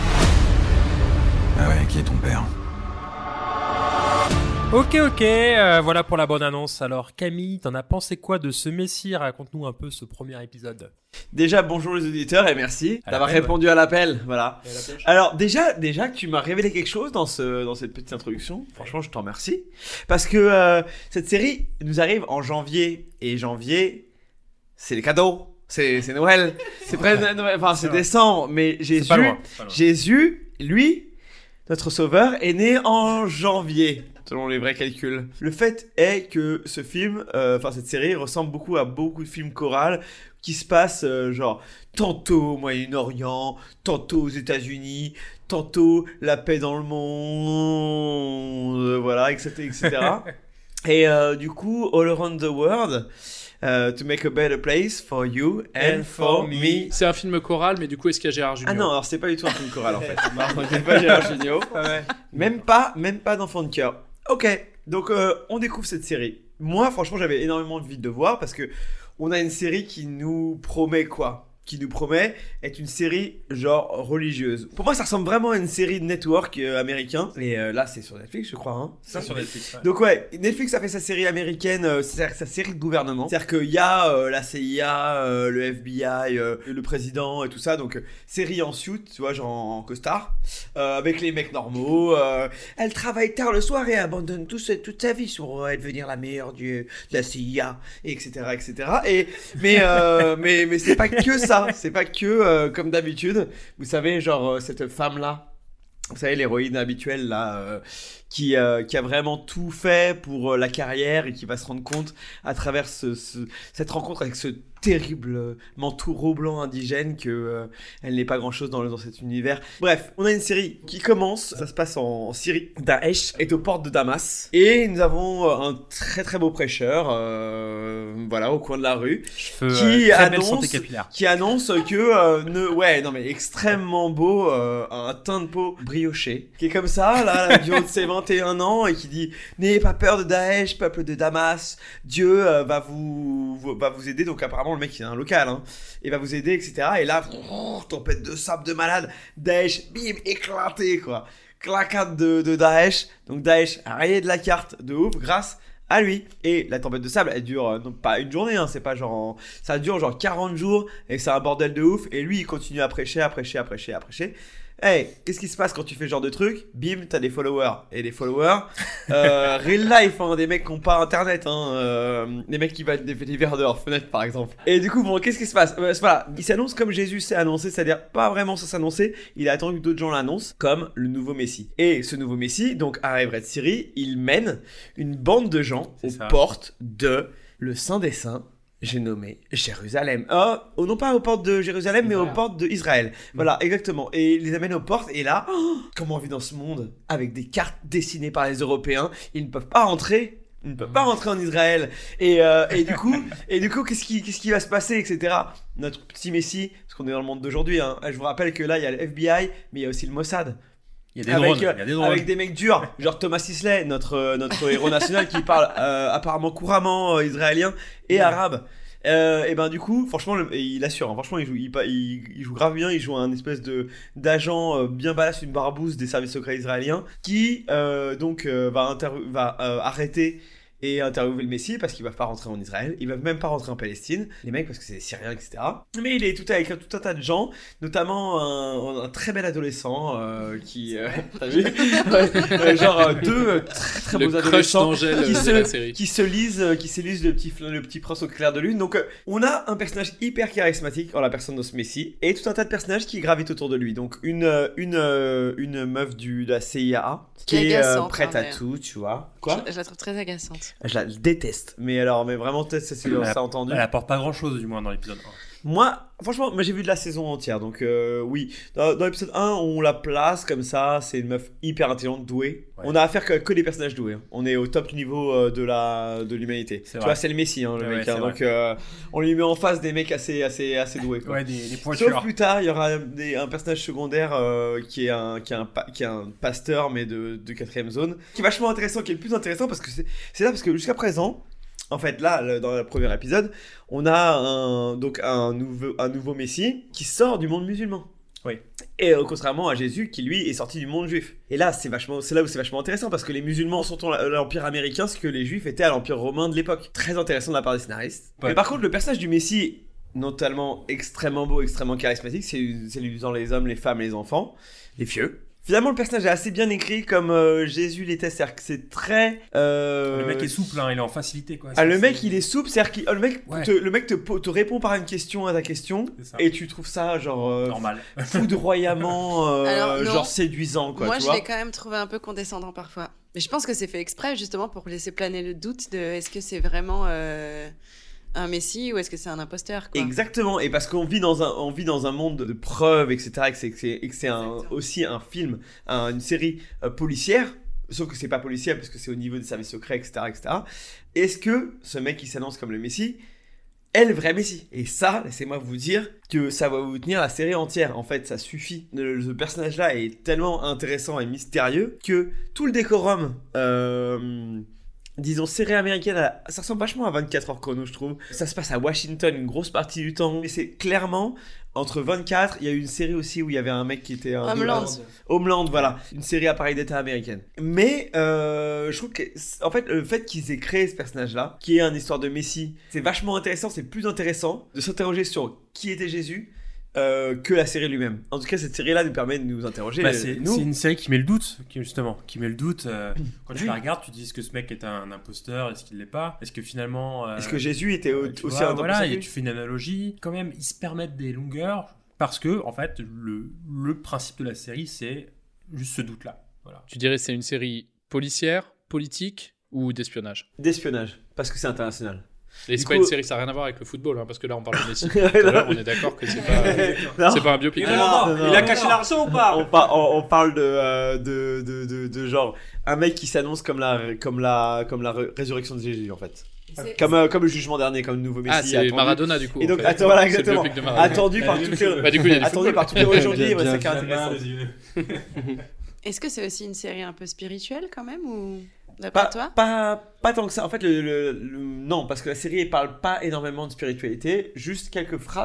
Ah ouais, qui est ton père? Ok, ok, euh, voilà pour la bonne annonce. Alors Camille, t'en as pensé quoi de ce Messie? Raconte-nous un peu ce premier épisode. Déjà, bonjour les auditeurs et merci à d'avoir l'appel, répondu ouais. à l'appel. Voilà. Alors déjà, déjà que tu m'as révélé quelque chose dans ce dans cette petite introduction. Franchement, je t'en remercie parce que euh, cette série nous arrive en janvier et janvier, c'est les cadeaux, c'est c'est Noël, c'est presque Noël, enfin c'est, c'est décembre, mais Jésus, pas loin, pas loin. Jésus, lui, notre sauveur, est né en janvier. Selon les vrais calculs. Le fait est que ce film, enfin euh, cette série ressemble beaucoup à beaucoup de films chorales qui se passent euh, genre tantôt au Moyen-Orient, tantôt aux États-Unis, tantôt la paix dans le monde, euh, voilà, et cetera, et cetera. Et euh, du coup, all around the world. Uh, to make a better place for you and, and for me. C'est un film choral, mais du coup, est-ce qu'il y a Gérard Jugnot? Ah non, alors c'est pas du tout un film choral en fait. C'est pas Gérard Jugnot. Ouais. Même pas, même pas d'enfant de cœur. Ok, donc euh, on découvre cette série. Moi, franchement, j'avais énormément envie de voir parce que on a une série qui nous promet quoi? Qui nous promet être une série genre religieuse. Pour moi, ça ressemble vraiment à une série de network euh, américain. Et euh, là, c'est sur Netflix, je crois. Hein. C'est sur Netflix. Ouais. Donc ouais, Netflix a fait sa série américaine, euh, c'est-à-dire sa série de gouvernement. C'est-à-dire qu'il y a euh, la C I A, euh, le F B I, euh, le président et tout ça. Donc euh, série en suit, tu vois, genre en, en costard, euh, avec les mecs normaux. Euh, elle travaille tard le soir et abandonne tout ce, toute sa vie pour euh, devenir la meilleure du, de la C I A, et cetera, et cetera. Et mais euh, mais mais c'est pas que ça. C'est pas que euh, comme d'habitude, vous savez, genre euh, cette femme-là, vous savez, l'héroïne habituelle là, euh, qui, euh, qui a vraiment tout fait pour euh, la carrière et qui va se rendre compte à travers ce, ce, cette rencontre avec ce terrible manteau blanc indigène que euh, elle n'est pas grand chose dans, dans cet univers. Bref, on a une série qui commence, ça se passe en, en Syrie. Daesh est aux portes de Damas et nous avons un très très beau prêcheur, euh, voilà, au coin de la rue, Cheveux, qui euh, annonce, qui annonce que euh, ne, ouais, non mais extrêmement beau, euh, un teint de peau brioché, qui est comme ça, là, du haut de ses vingt et un ans et qui dit n'ayez pas peur de Daesh, peuple de Damas, Dieu euh, va vous, vous va vous aider. Donc apparemment le mec il est un local hein, et va vous aider, etc. Et là oh, tempête de sable de malade, Daesh bim éclaté quoi, claquade de, de Daesh. Donc Daesh a rayé de la carte de ouf grâce à lui. Et la tempête de sable elle dure euh, non pas une journée hein, c'est pas genre en... ça dure genre quarante jours et c'est un bordel de ouf. Et lui il continue à prêcher à prêcher à prêcher à prêcher Hey, qu'est-ce qui se passe quand tu fais ce genre de truc? Bim, t'as des followers. Et des followers, euh, real life, hein, des mecs qui n'ont pas internet, hein, euh, des mecs qui battent des, des verres de leur fenêtre par exemple. Et du coup, bon, qu'est-ce qui se passe? euh, Voilà, il s'annonce comme Jésus s'est annoncé, c'est-à-dire pas vraiment sans s'annoncer, il a attendu que d'autres gens l'annoncent, comme le nouveau Messie. Et ce nouveau Messie, donc arriverait de Syrie, il mène une bande de gens C'est aux ça. portes de le Saint des Saints. J'ai nommé Jérusalem. Oh, oh, non pas aux portes de Jérusalem, mais aux portes d'Israël. Voilà, exactement. Et il les amène aux portes, et là, oh, comme on vit dans ce monde, avec des cartes dessinées par les Européens, ils ne peuvent pas rentrer. Ils ne peuvent pas rentrer en Israël. Et, euh, et du coup, et du coup qu'est-ce qui, qu'est-ce qui va se passer, et cetera. Notre petit Messie, parce qu'on est dans le monde d'aujourd'hui, hein. Je vous rappelle que là, il y a le F B I, mais il y a aussi le Mossad. Il y a des avec, drones, il y a des drones. Avec des mecs durs, genre Thomas Sisley, notre, euh, notre héros national qui parle euh, apparemment couramment euh, israélien et arabe. Euh, et ben du coup, franchement, le, il assure. Hein, franchement, il joue, il, il, il joue grave bien. Il joue un espèce de d'agent euh, bien balasse, une barbouze des services secrets israéliens, qui euh, donc euh, va, inter- va euh, arrêter et interviewer le Messie parce qu'ils ne peuvent pas rentrer en Israël, ils ne peuvent même pas rentrer en Palestine, les mecs parce que c'est des Syriens, et cetera. Mais il est tout avec tout un tas de gens, notamment un, un très bel adolescent euh, qui, euh, t'as vu, ouais, euh, genre euh, deux euh, très très Le beaux crush adolescents d'Angèle qui de se la série. qui se lisent, euh, qui se lisent le petit le petit prince au clair de lune. Donc euh, on a un personnage hyper charismatique en la personne de ce Messie et tout un tas de personnages qui gravitent autour de lui. Donc une euh, une euh, une meuf du de la C I A qui Qui est est euh, agaçante, prête hein, à d'ailleurs. tout, tu vois. Quoi? Je, je la trouve très agaçante. Je la déteste. Mais alors, mais vraiment, peut-être ça, c'est Elle ça entendu. Elle apporte pas grand chose, du moins, dans l'épisode un. Moi, franchement, moi j'ai vu de la saison entière, donc euh, oui. Dans, dans l'épisode un, on la place comme ça, c'est une meuf hyper intelligente, douée. Ouais. On a affaire que, que des personnages doués. Hein. On est au top niveau euh, de la de l'humanité. Tu vrai. vois, c'est le Messie, hein, le ouais, mec. Hein, donc euh, on lui met en face des mecs assez assez assez doués. Quoi. Ouais, des, des pointures. Sauf plus tard, il y aura des, un personnage secondaire euh, qui est un qui est un qui est un pasteur mais de de quatrième zone, qui est vachement intéressant, qui est le plus intéressant parce que c'est c'est là parce que jusqu'à présent. En fait, là, dans le premier épisode, on a un, donc un nouveau, un nouveau Messie qui sort du monde musulman. Oui. Et euh, contrairement à Jésus qui, lui, est sorti du monde juif. Et là, c'est, vachement, c'est là où c'est vachement intéressant parce que les musulmans sont à l'Empire américain, ce que les juifs étaient à l'Empire romain de l'époque. Très intéressant de la part des scénaristes. Ouais. Mais par contre, le personnage du Messie, notamment extrêmement beau, extrêmement charismatique, c'est, c'est séduisant les hommes, les femmes, les enfants, les vieux. Finalement, le personnage est assez bien écrit comme euh, Jésus l'était, c'est-à-dire que c'est très... Euh... Le mec est souple, hein, il est en facilité, quoi. Ah, le c'est... mec, il est souple, c'est-à-dire que oh, le mec, ouais. te, le mec te, te répond par une question à ta question, et tu trouves ça, genre... Euh, normal. Foudroyamment, euh, Alors, genre séduisant, quoi, Moi, tu je vois. l'ai quand même trouvé un peu condescendant parfois. Mais je pense que c'est fait exprès, justement, pour laisser planer le doute de est-ce que c'est vraiment... Euh... un messie ou est-ce que c'est un imposteur, quoi. Exactement, et parce qu'on vit dans un, on vit dans un monde de preuves, et cetera, et que c'est, que c'est, et que c'est un, aussi un film, un, une série euh, policière, sauf que c'est pas policière parce que c'est au niveau des services secrets, et cetera, et cetera. Est-ce que ce mec qui s'annonce comme le messie est le vrai messie? Et ça, laissez-moi vous dire que ça va vous tenir la série entière. En fait, ça suffit. Le, ce personnage-là est tellement intéressant et mystérieux que tout le décorum... Euh, disons série américaine, ça ressemble vachement à vingt-quatre heures chrono, je trouve. Ça se passe à Washington une grosse partie du temps, mais c'est clairement entre vingt-quatre, il y a eu une série aussi où il y avait un mec qui était un Homeland. Homeland, voilà, une série appareil d'état américaine. Mais euh, je trouve que en fait le fait qu'ils aient créé ce personnage-là, qui est une histoire de Messie, c'est vachement intéressant, c'est plus intéressant de s'interroger sur qui était Jésus. Euh, que la série lui-même. En tout cas, cette série-là nous permet de nous interroger. Bah, c'est, nous. c'est une série qui met le doute, qui, justement, qui met le doute. Euh, quand tu la regardes, tu te dis est-ce que ce mec est un imposteur, est-ce qu'il l'est pas, est-ce que finalement. Euh, est-ce que Jésus était euh, aussi vois, un voilà, et tu fais une analogie. Quand même, ils se permettent des longueurs parce que, en fait, le, le principe de la série, c'est juste ce doute-là. Voilà. Tu dirais que c'est une série policière, politique ou d'espionnage? D'espionnage, parce que c'est international. Et c'est du pas coup... une série, ça n'a rien à voir avec le football, hein, parce que là on parle de Messi. Tout à l'heure, on est d'accord que c'est pas, c'est pas un biopic. Non, non, non, non, il a caché l'argent ou pas? on, par, on, on parle de, euh, de, de, de, de genre un mec qui s'annonce comme la, comme la, comme la résurrection de Jésus en fait. C'est... Comme, euh, comme le jugement dernier, comme le nouveau Messie. Ah, c'est attendu. Maradona du coup. Et donc, en fait. attends, voilà, exactement. Attendu par toutes les, bah, du coup, il y a du attendu par toutes les religions libres, c'est intéressant. Est-ce que c'est aussi une série un peu spirituelle quand même ou pas, toi pas, pas tant que ça. En fait, le, le, le, non, parce que la série ne parle pas énormément de spiritualité, juste quelques phrases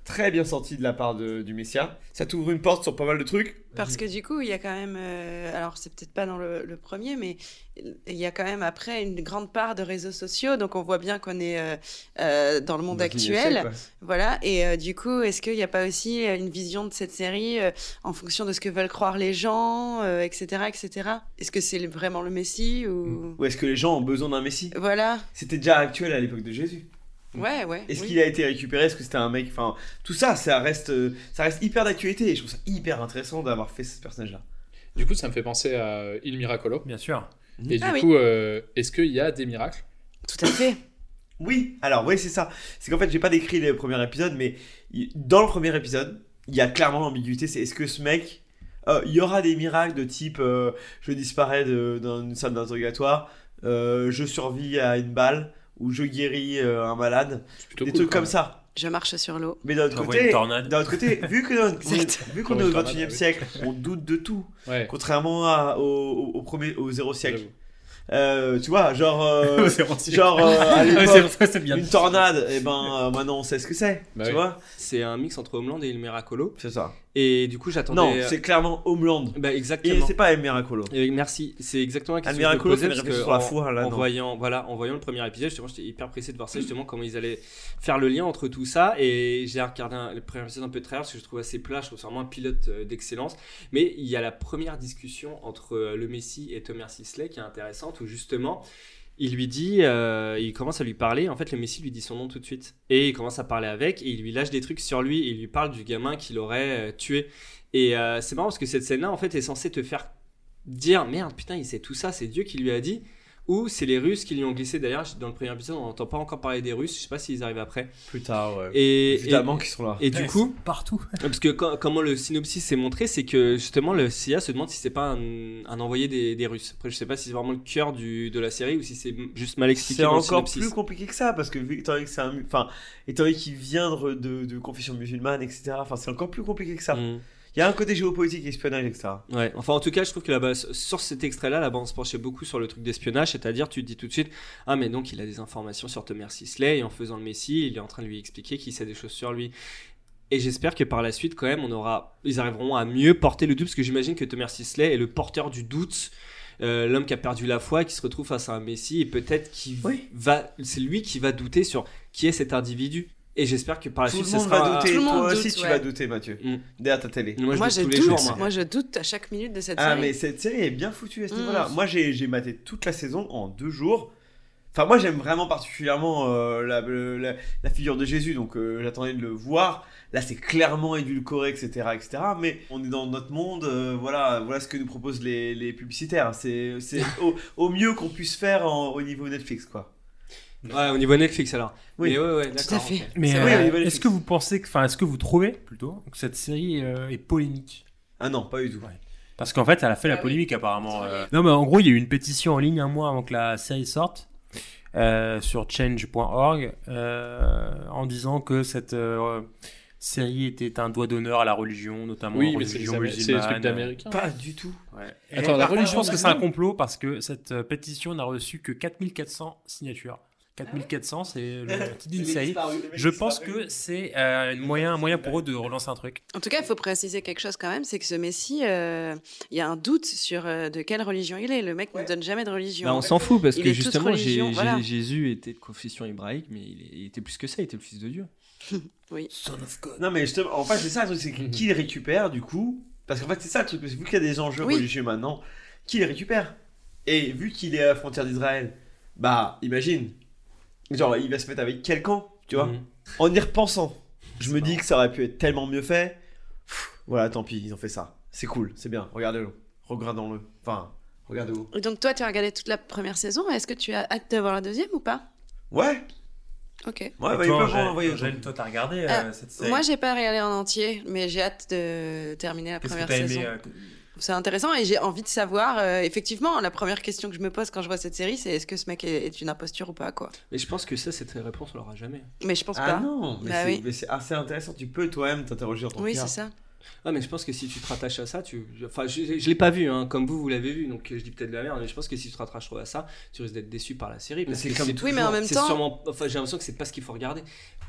très bien senti de la part de, du Messia. Ça t'ouvre une porte sur pas mal de trucs. Parce que du coup, il y a quand même, euh, alors c'est peut-être pas dans le, le premier, mais il y a quand même après une grande part de réseaux sociaux, donc on voit bien qu'on est euh, euh, dans le monde actuel. Siècle, ouais. Voilà, et euh, du coup, est-ce qu'il n'y a pas aussi une vision de cette série euh, en fonction de ce que veulent croire les gens, euh, et cetera, et cetera. Est-ce que c'est vraiment le Messie ou... Ou est-ce que les gens ont besoin d'un Messie ? Voilà. C'était déjà actuel à l'époque de Jésus. Ouais, ouais. Est-ce oui. qu'il a été récupéré ? Est-ce que c'était un mec ? Enfin, tout ça, ça reste, euh, ça reste hyper d'actualité et je trouve ça hyper intéressant d'avoir fait ce personnage-là. Du coup, ça me fait penser à Il Miracolo. Bien sûr. Et Ah du oui. coup, euh, est-ce qu'il y a des miracles ? Tout à fait. Oui, alors oui, c'est ça. C'est qu'en fait, j'ai pas décrit les premiers épisodes, mais y- dans le premier épisode, il y a clairement l'ambiguïté. C'est est-ce que ce mec, euh, il y aura des miracles de type, euh, je disparais de, dans une salle d'interrogatoire, euh, je survis à une balle ou je guéris euh, un malade, des cool, trucs quand comme même. ça. Je marche sur l'eau. Mais d'un autre T'envoies côté, une tornade. d'un autre côté, vu que dans- Exact. vu qu'on est T'envoies au une tornade, vingt et unième oui. siècle, on doute de tout, Ouais. contrairement à, au, au, au premier, au zéro siècle. J'avoue. Euh, tu vois, genre, euh, Au zéro siècle. genre euh, à Ouais, l'époque, c'est- c'est bien. une tornade, et ben euh, maintenant on sait ce que c'est, Bah tu oui. vois. C'est un mix entre Homeland et Il Miracolo. C'est ça. Et du coup, j'attendais. Non, c'est clairement Homeland. Bah, Et exactement. c'est pas El Miracolo. Et merci, c'est exactement la El question que je me Miracolo posais, fait une parce réflexion que sur la en- foi, là, en non. voyant, voilà, en voyant le premier épisode, justement, j'étais hyper pressé de voir ça, justement, comment ils allaient faire le lien entre tout ça. Et j'ai regardé un, le premier épisode un peu de travers parce que je trouve assez plat, je trouve c'est vraiment un pilote euh, d'excellence. Mais il y a la première discussion entre euh, le Messie et Thomas Sisley qui est intéressante, où justement, il lui dit, euh, il commence à lui parler. En fait, le Messie lui dit son nom tout de suite. Et il commence à parler avec, et il lui lâche des trucs sur lui, et il lui parle du gamin qu'il aurait euh, tué. Et euh, c'est marrant parce que cette scène-là, en fait, est censée te faire dire merde, putain, il sait tout ça, c'est Dieu qui lui a dit. Ou c'est les Russes qui lui ont glissé. D'ailleurs, dans le premier épisode, on n'entend pas encore parler des Russes. Je sais pas s'ils arrivent après. Plus tard, ouais. Et, Évidemment et- qu'ils sont là. Et du Ouais, coup, c'est partout. parce que quand- comment le synopsis est montré, c'est que justement le C I A se demande si c'est pas un, un envoyé des, des Russes. Après, je sais pas si c'est vraiment le cœur du, de la série ou si c'est juste mal expliqué C'est dans le encore synopsis. plus compliqué que ça parce que vu étant donné que c'est un, mu- enfin, étant donné qu'il vient de, de, de confession musulmane, et cetera. Enfin, c'est encore plus compliqué que ça. Mm. Il y a un côté géopolitique, espionnage, et cetera. Ouais, enfin en tout cas, je trouve que là-bas, sur cet extrait-là, là-bas, on se penchait beaucoup sur le truc d'espionnage, c'est-à-dire tu te dis tout de suite, ah mais donc il a des informations sur Thomas Sisley, et en faisant le Messie, il est en train de lui expliquer qu'il sait des choses sur lui. Et j'espère que par la suite, quand même, on aura, ils arriveront à mieux porter le doute, parce que j'imagine que Thomas Sisley est le porteur du doute, euh, l'homme qui a perdu la foi, qui se retrouve face à un Messie, et peut-être qu'il Oui. va, c'est lui qui va douter sur qui est cet individu. Et j'espère que par la Tout suite, le ce monde sera... va douter. Tout le monde Toi doute, aussi, tu ouais. vas douter, Mathieu. Mm. Derrière ta télé. Moi, je Moi, doute je tous les doute. jours, moi. Moi, je doute à chaque minute de cette Ah, série. mais cette série est bien foutue à ce Mm. niveau-là. Moi, j'ai j'ai maté toute la saison en deux jours. Enfin, moi, j'aime vraiment particulièrement euh, la, le- la, la figure de Jésus, donc euh, j'attendais de le voir. Là, c'est clairement édulcoré, et cetera, et cetera. Mais on est dans notre monde, euh, voilà, voilà ce que nous proposent les, les publicitaires. C'est c'est au, au mieux qu'on puisse faire en- au niveau Netflix, quoi. Ouais, au niveau Netflix alors. Oui. Mais ouais, ouais, d'accord. Tout à fait. ok. Mais C'est euh, vrai, au niveau est-ce Netflix. que vous pensez, que- enfin, est-ce que vous trouvez plutôt que cette série euh, est polémique? Ah non, pas du tout. Ouais. Parce qu'en fait, elle a fait la Ah oui. polémique apparemment. euh. Non, mais en gros, il y a eu une pétition en ligne un mois avant que la série sorte euh, sur change point org euh, en disant que cette euh, série était un doigt d'honneur à la religion, notamment Oui, la mais c'est les, religion Amé- c'est les musulmane. trucs d'américains. Pas du tout. Ouais. Et Attends, la par contre, je religion pense que c'est un musulmane. complot parce que cette euh, pétition n'a reçu que quatre mille quatre cents signatures. quatre mille quatre cents, c'est le titre d'une série. Je pense que c'est euh, un moyen, un moyen pour eux de relancer un truc. En tout cas, il faut préciser quelque chose quand même, c'est que ce Messie, euh, il y a un doute sur euh, de quelle religion il est. Le mec ne donne jamais de religion. Bah, on s'en fout parce Il que est toute justement religion, J'ai- voilà. J'ai- Jésus était de confession hébraïque, mais il, est- il était plus que ça, il était le fils de Dieu. Oui. Son of God. Non, mais justement, en fait, c'est ça le truc, c'est qui les récupère du coup. Parce qu'en fait, c'est ça le truc, parce que vu qu'il y a des enjeux Oui. religieux maintenant, qui les récupère? Et vu qu'il est à la frontière d'Israël, bah, imagine, genre, il va se mettre avec quel camp, tu vois? Mhm. En y repensant, je me dis que ça aurait pu être tellement mieux fait. Pff, voilà, tant pis, ils ont fait ça. C'est cool, c'est bien, regardez-le, regardons-le. Enfin, regardez-vous. Et donc toi, tu as regardé toute la première saison. Est-ce que tu as hâte de voir la deuxième ou pas? Ouais, Ok. ouais, Et bah, toi, ils peuvent Angèle, envoyer. Angèle, toi, t'as regardé euh, Ah, cette série? Moi, j'ai pas regardé en entier, mais j'ai hâte de terminer la Qu'est-ce que première t'as saison. aimé euh, C'est intéressant et j'ai envie de savoir. euh, effectivement, la première question que je me pose quand je vois cette série, c'est est-ce que ce mec est, est une imposture ou pas, quoi. Mais je pense que ça, cette réponse, on l'aura jamais. Mais je pense Ah pas. non, mais Bah c'est oui. mais c'est assez intéressant. Tu peux toi-même t'interroger en tant Oui, que c'est ça. Ah, mais je pense que si tu te rattaches à ça, tu. Enfin, je, je l'ai pas vu, hein, comme vous, vous l'avez vu, donc je dis peut-être de la merde, mais je pense que si tu te rattaches trop à ça, tu risques d'être déçu par la série. Parce c'est que comme c'est Oui, mais en même c'est temps- sûrement. Enfin, j'ai l'impression que c'est pas ce qu'il faut regarder.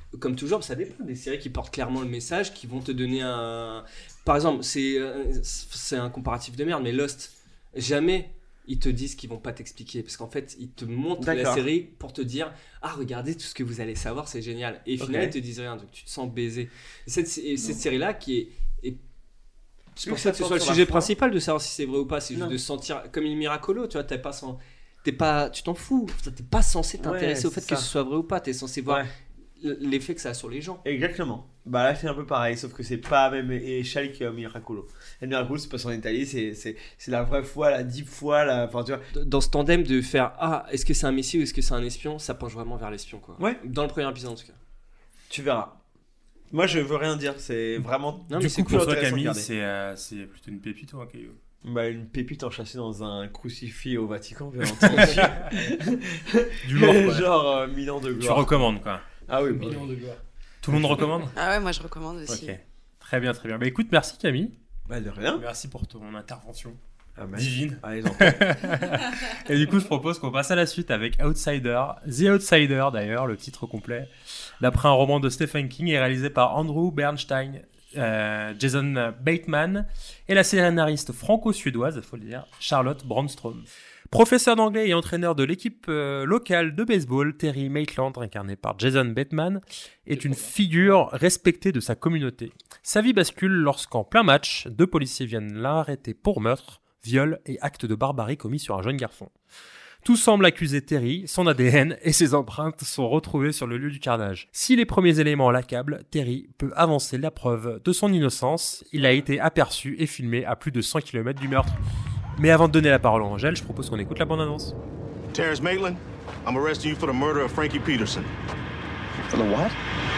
comme toujours, ça dépend des séries qui portent clairement le message, qui vont te donner un. Par exemple, c'est, c'est un comparatif de merde, mais Lost, jamais ils te disent qu'ils vont pas t'expliquer. Parce qu'en fait, ils te montrent D'accord. la série pour te dire ah, regardez tout ce que vous allez savoir, c'est génial. Et au final, okay. ils te disent rien, donc tu te sens baisé. Cette, cette série-là qui est. est c'est pour ça que ce soit le sujet principal de savoir si c'est vrai ou pas, c'est juste non. de se sentir comme il Miracolo, tu vois, t'es pas sans. T'es pas, tu t'en fous, t'es pas censé t'intéresser ouais, au fait ça. que ce soit vrai ou pas, t'es censé voir ouais. l'effet que ça a sur les gens. Exactement. Bah là c'est un peu pareil, sauf que c'est pas à même échelle que Miracolo. Et Miracolo c'est pas en Italie, c'est, c'est, c'est la vraie foi, la deep foi, la... Enfin, tu vois. Dans ce tandem de faire ah est-ce que c'est un messie ou est-ce que c'est un espion, ça penche vraiment vers l'espion quoi. Ouais. Dans le premier épisode en tout cas. Tu verras. Moi je veux rien dire, c'est vraiment. Non, du coup pour toi Camille c'est, euh, c'est plutôt une pépite ou un caillou? Bah, une pépite enchâssée dans un crucifix au Vatican, bien entendu. Du lourd, quoi. Genre euh, mille ans de gloire. Tu recommandes, quoi. Ah oui, mille ans de gloire. Tout le monde recommande? Ah ouais, moi je recommande aussi. Ok, très bien, très bien. Bah écoute, merci Camille. Bah de rien. Merci pour ton intervention ah, divine. Allez, Et du coup, je propose qu'on passe à la suite avec Outsider. The Outsider, d'ailleurs, le titre complet, d'après un roman de Stephen King et réalisé par Andrew Bernstein. Euh, Jason Bateman et la scénariste franco-suédoise, il faut le dire, Charlotte Brandstrom. Professeur d'anglais et entraîneur de l'équipe euh, locale de baseball, Terry Maitland, incarné par Jason Bateman, est une figure respectée de sa communauté. Sa vie bascule lorsqu'en plein match, deux policiers viennent l'arrêter pour meurtre, viol et acte de barbarie commis sur un jeune garçon. Tout semble accuser Terry, son A D N et ses empreintes sont retrouvées sur le lieu du carnage. Si les premiers éléments l'accablent, Terry peut avancer la preuve de son innocence. Il a été aperçu et filmé à plus de cent kilomètres du meurtre. Mais avant de donner la parole à Angèle, je propose qu'on écoute la bande-annonce. Terrence Maitland, I'm arresting you for the murder of Frankie Peterson. For the what?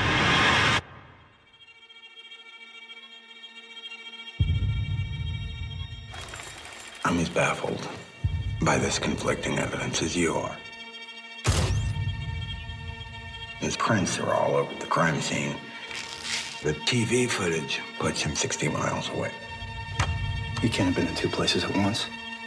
I'm as baffled by this conflicting evidence as you are. His prints are all over the crime scene. The T V footage puts him sixty miles away. He can't have been in two places at once.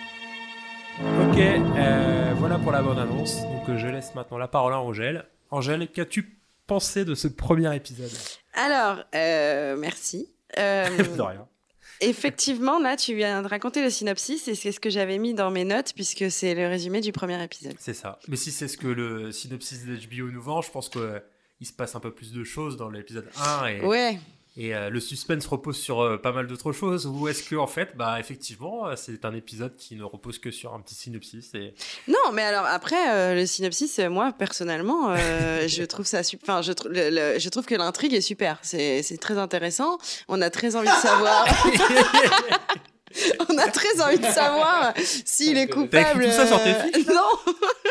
Ok, euh, voilà pour la bande-annonce. Donc euh, je laisse maintenant la parole à Angèle. Angèle, qu'as-tu pensé de ce premier épisode? Alors, euh, merci. Euh, de rien. Effectivement, là, tu viens de raconter le synopsis et c'est ce que j'avais mis dans mes notes puisque c'est le résumé du premier épisode. C'est ça. Mais si c'est ce que le synopsis d'H B O nous vend, je pense qu'il euh, se passe un peu plus de choses dans l'épisode un. Et, ouais. Et euh, le suspense repose sur euh, pas mal d'autres choses. Ou est-ce que en fait, bah effectivement, euh, c'est un épisode qui ne repose que sur un petit synopsis et... Non, mais alors après, euh, le synopsis, moi personnellement, euh, je trouve ça super. Enfin, je, tr- le, le, je trouve que l'intrigue est super. C'est, c'est très intéressant. On a très envie de savoir. On a très envie de savoir s'il est coupable. T'as écrit tout ça sur tes fiches? Non.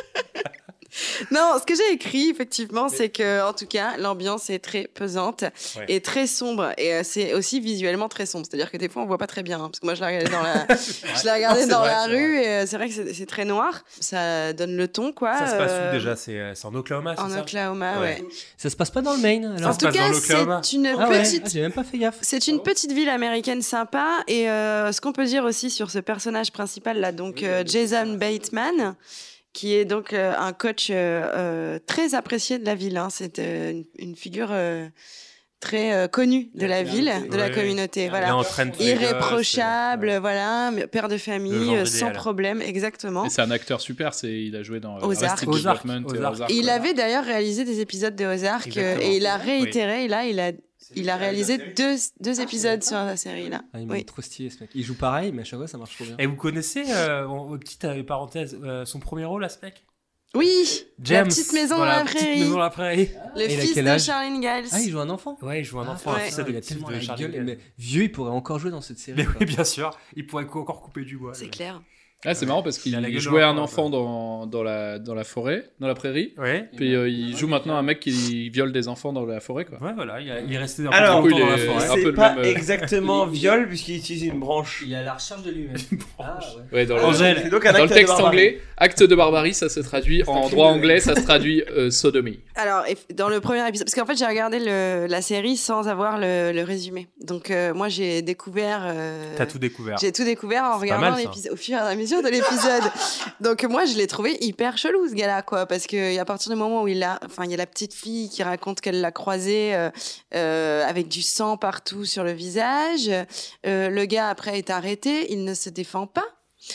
Non, ce que j'ai écrit, effectivement, c'est que, en tout cas, l'ambiance est très pesante ouais. et très sombre. Et euh, c'est aussi visuellement très sombre. C'est-à-dire que des fois, on voit pas très bien. Hein, parce que moi, je l'ai regardé dans la, je l'ai regardé dans vrai, la rue vrai. et euh, c'est vrai que c'est, c'est très noir. Ça donne le ton, quoi. Ça se passe euh... où déjà? c'est, c'est en Oklahoma, c'est en ça? En Oklahoma, ouais. ouais. Ça se passe pas dans le Maine, alors? En ça tout cas, c'est une ah petite... Ouais. Ah, j'ai même pas fait gaffe. C'est une petite ville américaine sympa. Et euh, ce qu'on peut dire aussi sur ce personnage principal, là, donc oui, euh, Jason Bateman, qui est donc euh, un coach euh, euh, très apprécié de la ville. Hein. C'est euh, une, une figure euh, très euh, connue de la ville, de la communauté. Voilà. Irréprochable, gosses, voilà, père de famille, sans problème, exactement. Et c'est un acteur super, c'est, il a joué dans Ozark. Ozark. Ozark. Ozark. Il avait d'ailleurs réalisé des épisodes de Ozark euh, et il a réitéré, oui. et là il a... Il a réalisé deux, deux épisodes sur la série là. Ah, il oui. est trop stylé ce mec. Il joue pareil, mais à chaque fois ça marche trop bien. Et vous connaissez, euh, bon, petite euh, parenthèse, euh, son premier rôle à ce mec? Oui, James, la petite maison voilà, dans la prairie. Petite maison dans la prairie. Le et fils de Charlene Giles. Ah, il joue un enfant. Ouais, il joue un enfant. Ah, un ouais. fils de il a petit tellement de la Charlene gueule. Giles. Mais vieux, il pourrait encore jouer dans cette série. Mais quoi. oui, bien sûr. Il pourrait encore couper du bois. C'est mais... clair. Ah, c'est marrant parce qu'il il jouait un enfant dans, dans, la, dans la forêt, dans la prairie. Ouais. Puis euh, il joue maintenant un mec qui viole des enfants dans la forêt, quoi. Ouais, voilà, il, a, il est resté un Alors, peu longtemps dans la forêt. C'est un peu pas même, euh... exactement viol puisqu'il utilise une branche. Il a la recherche de lui-même. Ah, ouais. Ouais, dans, Angèle. Le, donc un dans le texte anglais, acte de barbarie, ça se traduit en droit anglais, ça se traduit euh, sodomie. Alors, dans le premier épisode, parce qu'en fait j'ai regardé le, la série sans avoir le, le résumé. Donc euh, moi j'ai découvert. Euh, T'as tout découvert. J'ai tout découvert en c'est regardant l'épisode au fur et à mesure. conclusion de l'épisode. Donc moi, je l'ai trouvé hyper chelou ce gars-là, quoi, parce que à partir du moment où il a, enfin, il y a la petite fille qui raconte qu'elle l'a croisé euh, euh, avec du sang partout sur le visage. Euh, le gars après est arrêté, il ne se défend pas.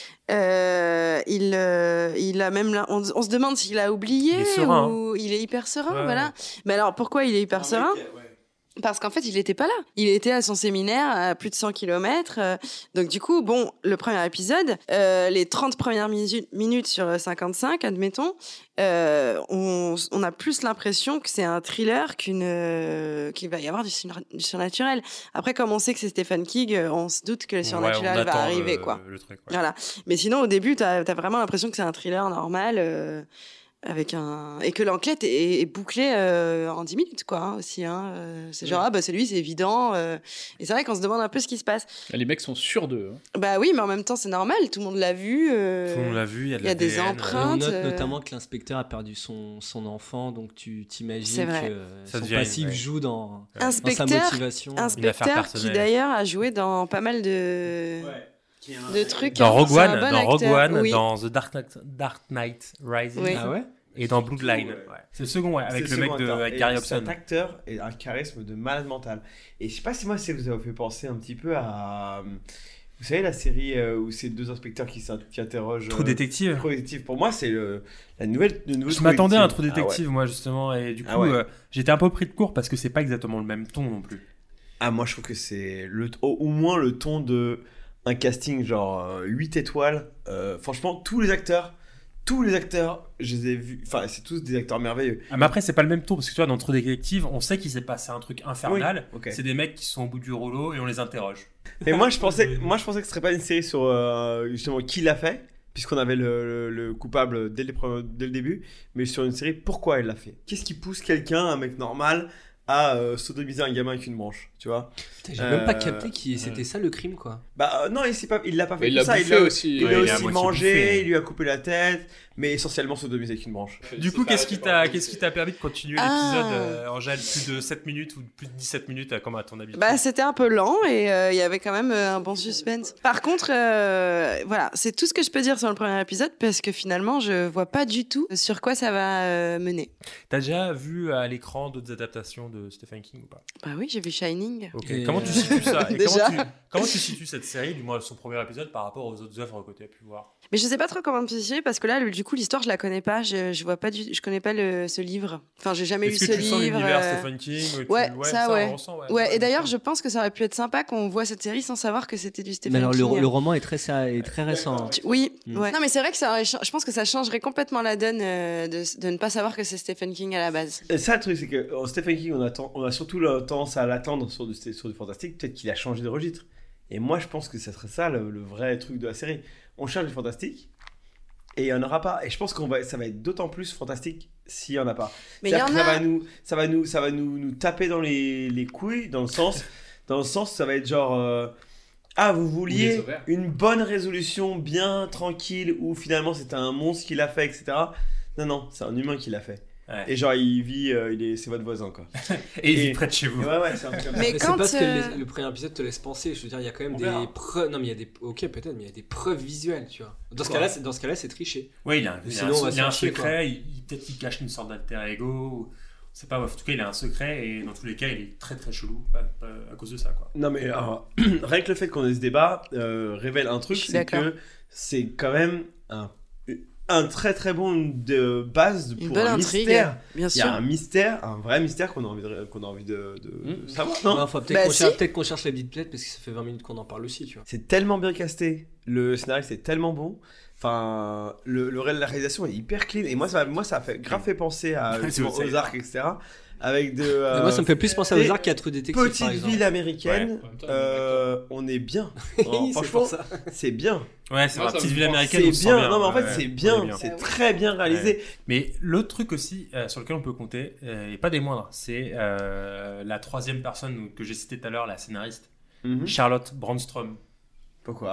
Euh, il, euh, il a même, on, on se demande s'il a oublié il est serein, ou hein. il est hyper serein, ouais. voilà. Mais alors pourquoi il est hyper serein ? Parce qu'en fait, il n'était pas là. Il était à son séminaire à plus de cent kilomètres. Euh, donc, du coup, bon, le premier épisode, euh, les trente premières minu- minutes sur cinquante-cinq, admettons, euh, on, on a plus l'impression que c'est un thriller qu'une, euh, qu'il va y avoir du, sur- du surnaturel. Après, comme on sait que c'est Stephen King, euh, on se doute que le surnaturel ouais, va arriver, le, quoi. Le truc, ouais. Voilà. Mais sinon, au début, t'as, t'as vraiment l'impression que c'est un thriller normal. Euh, Avec un... Et que l'enquête est, est bouclée euh, en dix minutes, quoi, hein, aussi. Hein. Euh, c'est genre, ouais. ah, bah, c'est lui, c'est évident. Euh... Et c'est vrai qu'on se demande un peu ce qui se passe. Les mecs sont sûrs d'eux. Hein. Bah oui, mais en même temps, c'est normal. Tout le monde l'a vu. Euh... Tout le monde l'a vu, il y a, de il y a des empreintes. Et on note euh... notamment que l'inspecteur a perdu son, son enfant, donc tu t'imagines c'est vrai. que ça son passif une... joue dans, inspecteur, dans sa motivation. Inspecteur qui, d'ailleurs, a joué dans pas mal de... Ouais. De trucs. Dans Rogue One, bon dans, Rogue One oui. dans The Dark Knight, Dark Knight Rising. Oui. Ah ouais. Et dans Bloodline. Ouais. Ouais. C'est le second, ouais, avec le, le mec de avec Gary Hobson. Cet acteur est un charisme de malade mental. Et je sais pas si moi, ça vous a fait penser un petit peu à. Vous savez, la série où c'est deux inspecteurs qui s'interrogent. Trou Détective. Trou Détective. Pour moi, c'est le, la nouvelle. Le nouveau je m'attendais à un Trou Détective, ah ouais. moi, justement. Et du coup, ah ouais. euh, j'étais un peu pris de court parce que c'est pas exactement le même ton non plus. Ah, moi, je trouve que c'est le, au, au moins le ton de. Un casting genre euh, huit étoiles. Euh, franchement, tous les acteurs, tous les acteurs, je les ai vus. Enfin, c'est tous des acteurs merveilleux. Ah, mais après, c'est pas le même ton parce que tu vois, dans True Detective, on sait qu'il s'est passé un truc infernal. Oui, okay. C'est des mecs qui sont au bout du rouleau et on les interroge. Mais moi, je pensais, moi, je pensais que ce serait pas une série sur euh, justement qui l'a fait, puisqu'on avait le, le, le coupable dès, les, dès le début, mais sur une série pourquoi il l'a fait. Qu'est-ce qui pousse quelqu'un, un mec normal, à euh, sodomiser un gamin avec une branche, tu vois. Putain, j'ai euh, même pas capté que c'était ça le crime, quoi. Bah euh, non, il, pas, il l'a pas fait mais tout il ça. Il l'a aussi. Il ouais, a il aussi mangé, il lui a coupé la tête, mais essentiellement sodomisé avec une branche. Du coup, qu'est-ce qui t'a, qu'est-ce qui t'a permis de continuer ah. l'épisode euh, en gel plus de sept minutes ou plus de dix-sept minutes, comme à ton habitude? Bah, c'était un peu lent et il euh, y avait quand même euh, un bon suspense. Par contre, euh, voilà, c'est tout ce que je peux dire sur le premier épisode parce que finalement, je vois pas du tout sur quoi ça va euh, mener. T'as déjà vu à l'écran d'autres adaptations de Stephen King ou pas? Bah oui, j'ai vu Shining. Ok. Et comment tu situes ça? Et comment, tu, comment tu situes cette série, du moins son premier épisode, par rapport aux autres œuvres que tu as pu voir? Mais je sais pas trop comment me situer parce que là, le, du coup, l'histoire, je la connais pas. Je, je vois pas du, je connais pas le, ce livre. Enfin, j'ai jamais Est-ce lu que ce tu livre. Sens l'univers euh... Stephen King tu... ouais, ouais, ça, ouais. Ressent, ouais. ouais. ouais. Et d'ailleurs, je pense que ça aurait pu être sympa qu'on voit cette série sans savoir que c'était du Stephen mais alors, King. Le, le roman est très, est très récent. Tu... Oui, mm. ouais. Non, mais c'est vrai que ça, je pense que ça changerait complètement la donne euh, de, de ne pas savoir que c'est Stephen King à la base. Et ça, le truc, c'est que en Stephen King, on, attend, on a surtout la tendance à l'attendre sur du, sur du fantastique. Peut-être qu'il a changé de registre. Et moi, je pense que ça serait ça le, le vrai truc de la série. On cherche du fantastique. Et il n'y en aura pas. Et je pense que ça va être d'autant plus fantastique s'il n'y en a pas. Mais il y en ça a. Va nous, ça va, nous, ça va nous, nous taper dans les, les couilles, dans le sens, dans le sens, ça va être genre... Euh, ah, vous vouliez une bonne résolution, bien tranquille, où finalement c'était un monstre qui l'a fait, et cetera. Non, non, c'est un humain qui l'a fait. Ouais. Et genre, il vit, euh, il est, c'est votre voisin, quoi. et il vit près de chez vous. Ouais, ouais, c'est un peu comme mais ça. C'est parce euh... que le, le premier épisode te laisse penser. Je veux dire, il y a quand même On des verra. preuves. Non, mais il y a des. Ok, peut-être, mais il y a des preuves visuelles, tu vois. Dans ce cas-là, c'est, dans ce cas-là, c'est triché. Ouais, il a un, il Sinon, a un, il a un chier, secret. Il, il, peut-être qu'il cache une sorte d'alter ego. C'est pas. En tout cas, il a un secret et dans tous les cas, il est très très chelou à, à, à cause de ça, quoi. Non, mais alors, rien que le fait qu'on ait ce débat euh, révèle un truc, c'est d'accord. que c'est quand même un. Un très très bon de base pour un intrigue, mystère. Bien sûr. Il y a un mystère, un vrai mystère qu'on a envie de, qu'on a envie de, de, mmh. de savoir. Non, non faut peut-être, bah qu'on si. cherche, peut-être qu'on cherche la bite plaide parce que ça fait vingt minutes qu'on en parle aussi, tu vois. C'est tellement bien casté, le scénario c'est tellement bon. Enfin, le, le la réalisation est hyper clean et moi ça, moi ça a fait grave fait penser à Ozark, et cetera. Avec de. Euh, moi ça me fait plus penser à Ozark qu'à True Detective. Petite ville américaine, ouais. euh, on est bien. oui, franchement, c'est, c'est bien. Ouais, c'est ouais, la petite ville américaine. C'est bien. bien. Non, mais en fait, ouais, c'est bien. bien. C'est très bien réalisé. Ouais. Mais l'autre truc aussi euh, sur lequel on peut compter, euh, et pas des moindres, c'est euh, la troisième personne que j'ai citée tout à l'heure, la scénariste, mm-hmm. Charlotte Brandström. Pourquoi ?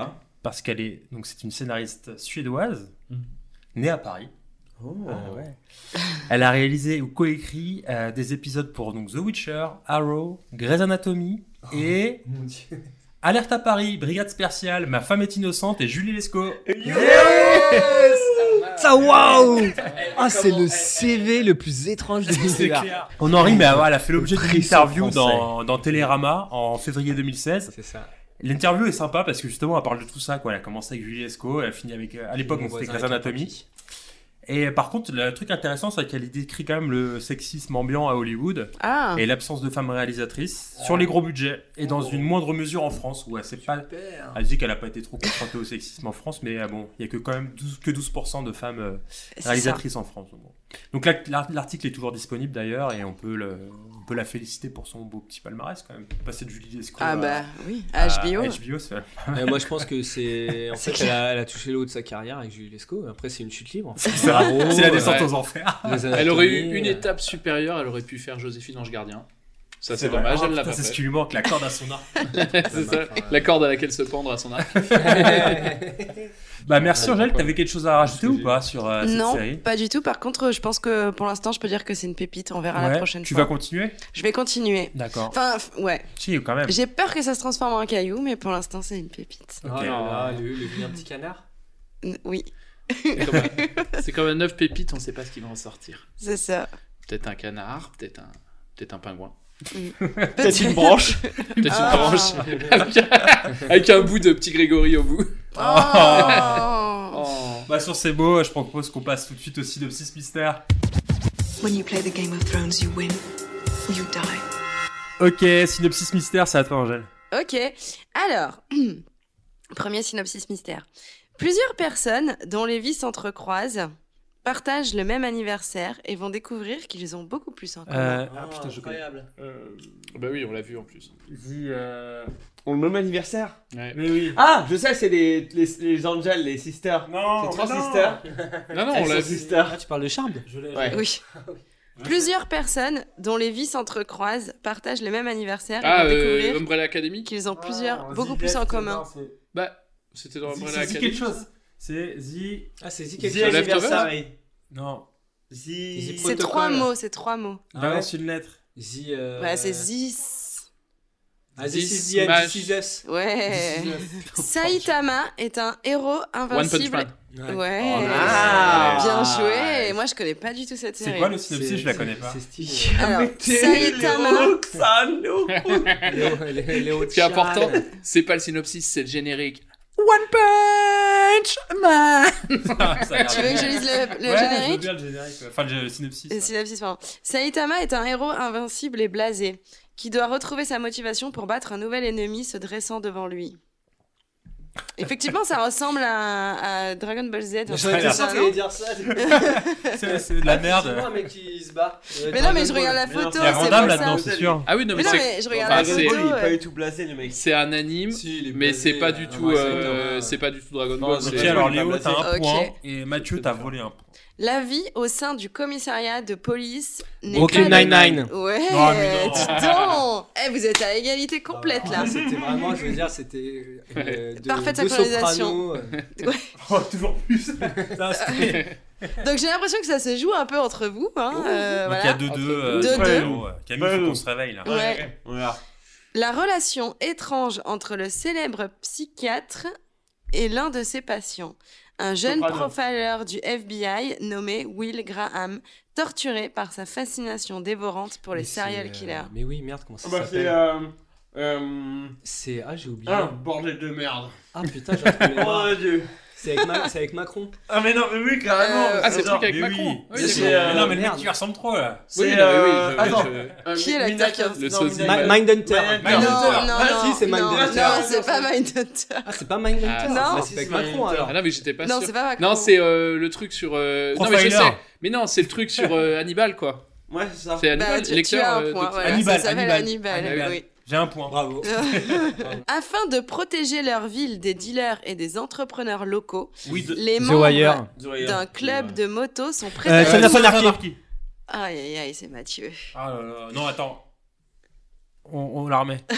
Parce qu'elle est, donc c'est une scénariste suédoise, mm. née à Paris. Oh. Ah ouais. Elle a réalisé ou coécrit euh, des épisodes pour donc The Witcher, Arrow, Grey's Anatomy oh, et Alerte à Paris, Brigade spéciale, Ma femme est innocente et Julie Lescaut. Yes. Ça, waouh. Ah, c'est le C V le plus étrange de l'univers. On en rit, mais elle a fait l'objet d'une interview dans, dans Télérama en février deux mille seize. C'est ça. L'interview est sympa parce que justement, elle parle de tout ça, quoi. Elle a commencé avec Julie Lescaut, elle a fini avec. À l'époque, on c'était Grey's Anatomy. Et par contre, le truc intéressant, c'est qu'elle décrit quand même le sexisme ambiant à Hollywood ah. et l'absence de femmes réalisatrices ah. sur les gros budgets et dans oh. une moindre mesure en France où elle sait pas. Elle dit qu'elle n'a pas été trop confrontée au sexisme en France, mais bon, il y a que quand même douze, que douze pour cent de femmes euh, réalisatrices en France. Bon. Donc là, l'article est toujours disponible d'ailleurs et on peut le, on peut la féliciter pour son beau petit palmarès quand même. Passer de Julie Lescaut ah à, bah oui, à H B O. À H B O, c'est... euh, moi je pense que c'est en fait elle a, elle a touché le haut de sa carrière avec Julie Lescaut. Après c'est une chute libre. C'est ça. Bravo, c'est la descente ouais. aux enfers. Elle aurait eu une étape supérieure, elle aurait pu faire Joséphine Ange Gardien. Ça c'est, c'est dommage, oh, elle l'a pas fait. C'est ce qui lui manque, la corde à son arc. C'est ça, la corde à laquelle se pendre à son arc. Bah merci Angèle, t'avais quelque chose à rajouter ou pas sur euh, cette non, série ? Non, pas du tout. Par contre, je pense que pour l'instant, je peux dire que c'est une pépite. On verra ouais, la prochaine tu fois. Tu vas continuer ? Je vais continuer. D'accord. Enfin, f- ouais. Si, quand même. J'ai peur que ça se transforme en un caillou, mais pour l'instant, c'est une pépite. Oh okay. là, le, le vilain petit canard ? N- Oui. C'est comme, un, c'est comme un neuf pépites, on sait pas ce qui va en sortir. C'est ça. Peut-être un canard, peut-être un, peut-être un pingouin. Mm. Peut-être une branche. Peut-être ah. une branche. avec, un, avec un bout de petit Grégory au bout. Oh. Oh. Bah sur ces mots, je propose qu'on passe tout de suite au synopsis mystère. When you play the Game of Thrones, you win or you die. Ok, synopsis mystère, c'est à toi Angèle. Ok, alors, premier synopsis mystère. Plusieurs personnes dont les vies s'entrecroisent partagent le même anniversaire et vont découvrir qu'ils ont beaucoup plus en commun. Euh... Ah putain, je incroyable. Euh... Bah oui, on l'a vu en plus. Dis, euh... on le même anniversaire. Ouais. Mais oui. Ah, je sais, c'est les les les Angels, les sisters. Non, c'est trois non. sisters. Non non, on l'a vu. Ah, tu parles de Charmed ? Je l'ai. Ouais. Oui. Plusieurs personnes dont les vies s'entrecroisent partagent le même anniversaire ah, et vont découvrir euh, Umbrella Academy qu'ils ont plusieurs, ah, beaucoup plus en commun. Non, bah, c'était dans Umbrella Academy. C'est quelque chose. C'est The. Ah, c'est The quelque chose. Anniversaire. Non. The... C'est trois mots, c'est trois mots. Balance ah ouais. une lettre. The. Euh... Bah, c'est This. Ah, This is the end, This is us. Ouais. Saitama est un héros invincible. One Punch Man. Ouais. Oh, ah, bien joué. Moi, je connais pas du tout cette série. C'est quoi le synopsis ? Je la connais pas. C'est stylé. Alors, Saitama. Ce qui est important, c'est pas le synopsis, c'est le générique. One Punch Man. Tu veux que je lise le, le ouais, générique ? Je veux bien le générique. Enfin, le synopsis. Le synopsis, pardon. Saitama est un héros invincible et blasé qui doit retrouver sa motivation pour battre un nouvel ennemi se dressant devant lui. Effectivement, ça ressemble à, à Dragon Ball Z. J'aurais été sûr que dire ça. c'est, c'est de la merde. C'est un mec qui se bat. Mais non, mais je regarde la photo. Il y a Vandame là-dedans, c'est sûr. Ah oui, non, mais, mais, non, c'est... mais je regarde enfin, la photo. C'est... Il est pas du tout blasé, le mec. C'est un anime, si, mais c'est pas du tout, euh, c'est pas du tout Dragon Ball. Ok, alors Léo, t'as un point et Mathieu, t'as volé un point. La vie au sein du commissariat de police n'est Brooklyn pas Nine-Nine. Ouais, non, mais non. dis donc. Eh, vous êtes à égalité complète là. Ah, c'était vraiment, je veux dire, c'était euh, de, parfaite de synchronisation. Ouais. Oh, toujours plus. Ça, c'était... Donc j'ai l'impression que ça se joue un peu entre vous. Hein. Euh, Donc il voilà. y a deux deux. Euh, deux, ouais, deux. ouais. Camille, il faut qu'on se réveille là. Ouais. Ouais. Voilà. La relation étrange entre le célèbre psychiatre et l'un de ses patients. Un jeune profiler du F B I nommé Will Graham, torturé par sa fascination dévorante pour les mais serial euh... killers. Mais oui, merde, comment ça bah, s'appelle c'est, euh... Euh... c'est... Ah, j'ai oublié. Ah, bordel de merde. Ah putain, j'ai retrouvé. Oh mon dieu. C'est avec, Ma... c'est avec Macron. Ah mais non, mais oui, carrément. Euh... Ah, c'est le truc avec mais Macron. Oui. Oui, c'est c'est euh... euh... Non, mais le mec, tu ressembles trop là. C'est oui, euh... oui, je... Attends. Je... Qui est l'acteur ? Le sosie. Mindhunter. Mindhunter. Non, non, ah, si, c'est Mindhunter. Non, c'est pas Mindhunter. Ah, c'est pas Mindhunter. Ah, non, bah, c'est avec Macron alors. Ah non, mais j'étais pas non, sûr. c'est pas Macron. Non, c'est euh, le truc sur. Euh... Non, mais je sais. Mais non, c'est le truc sur euh, Hannibal, quoi. Ouais, c'est ça. C'est Hannibal, bah, tu, lecteur. Tu as un euh, point, voilà, Hannibal, ça s'appelle Hannibal. Hannibal, Hannibal. oui. J'ai un point. Bravo. Afin de protéger leur ville des dealers et des entrepreneurs locaux, oui, de... les The membres Wire. d'un club de moto sont prêts euh, à... Son Anarchy. Aïe, aïe, aïe, c'est Mathieu. Ah là là. Non, attends. On, on la remet.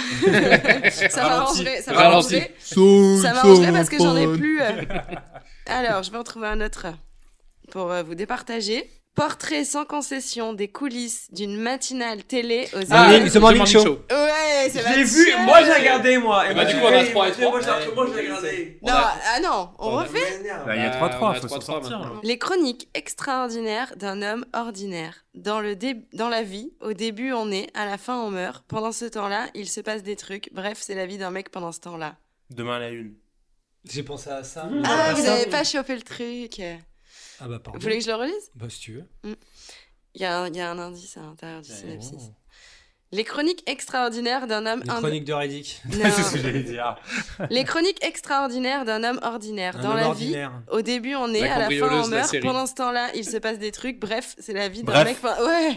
ça m'arrangerait. Ça m'arrangerait, ça m'arrangerait parce que j'en ai plus. Alors, je vais en trouver un autre pour vous départager. Portrait sans concession des coulisses d'une matinale télé aux Ah, États-Unis. The Morning Show. Ouais, c'est J'ai Mathieu. vu, moi j'ai regardé moi. Et bah, du coup, on a trois et trois. Moi j'ai moi, j'ai regardé. Non, ah non, on refait. Bah, il y a trois trois, on a faut s'en trois trois sortir. maintenant. Les chroniques extraordinaires d'un homme ordinaire. Dans, le dé- dans la vie, au début on est, à la fin on meurt. Pendant ce temps-là, il se passe des trucs. Bref, c'est la vie d'un mec pendant ce temps-là. Demain à la une. J'ai pensé à ça. Ah, vous n'avez pas chopé le truc. Ah bah pardon. Vous voulez que je le relise? Bah si tu veux. Mm. Il y, a un- il y a un indice à l'intérieur du synopsis. Les chroniques extraordinaires d'un homme... Les ind- chroniques de Riddick. Non. C'est ce que j'allais dire. Les chroniques extraordinaires d'un homme ordinaire. Un Dans homme la ordinaire. vie, au début on est, La à la fin cambrioleuse on de la meurt. série. Pendant ce temps-là, il se passe des trucs. Bref, c'est la vie d'un Bref. mec... Fin... Ouais.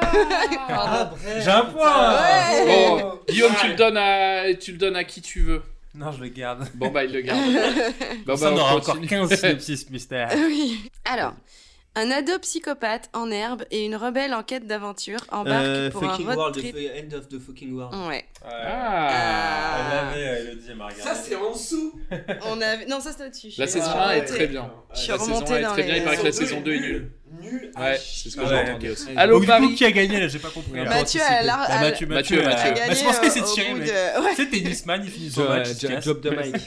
Ah, Pardon. bref. J'ai un point. Ouais. Bon, Guillaume, tu le donnes à, tu le donnes à qui tu veux. Non, je le garde. Bon bah il le garde. Bon, Ça, bah, on aura continue. encore quinze synopsis mystères. Oui. Alors, un ado psychopathe en herbe et une rebelle en quête d'aventure embarquent Euh, pour un fucking road world, trip. the end of the fucking world. Ouais. Ah. Elle l'avait, Elodie, elle m'a regardé. Ça c'est en dessous. On a... Non, ça c'était au-dessus. La Je saison suis un est remontée. très bien. Je suis La saison remontée un est dans très bien. les- Il paraît que la La saison saison deux est nulle. Nul. Ouais, c'est ce que Ah j'ai ouais, entendu ok. aussi. Allô, Donc, du coup, Paris. qui a gagné là? J'ai pas compris. là. Mathieu Anticiper. a la- Bah, Mathieu, a- Mathieu, Mathieu, a- Mathieu. Bah, gagné c'est parce que c'est au- au tiré, bout mec. de- ouais. C'est tennisman, il finit son Ouais, match. Jack- Drop the mic.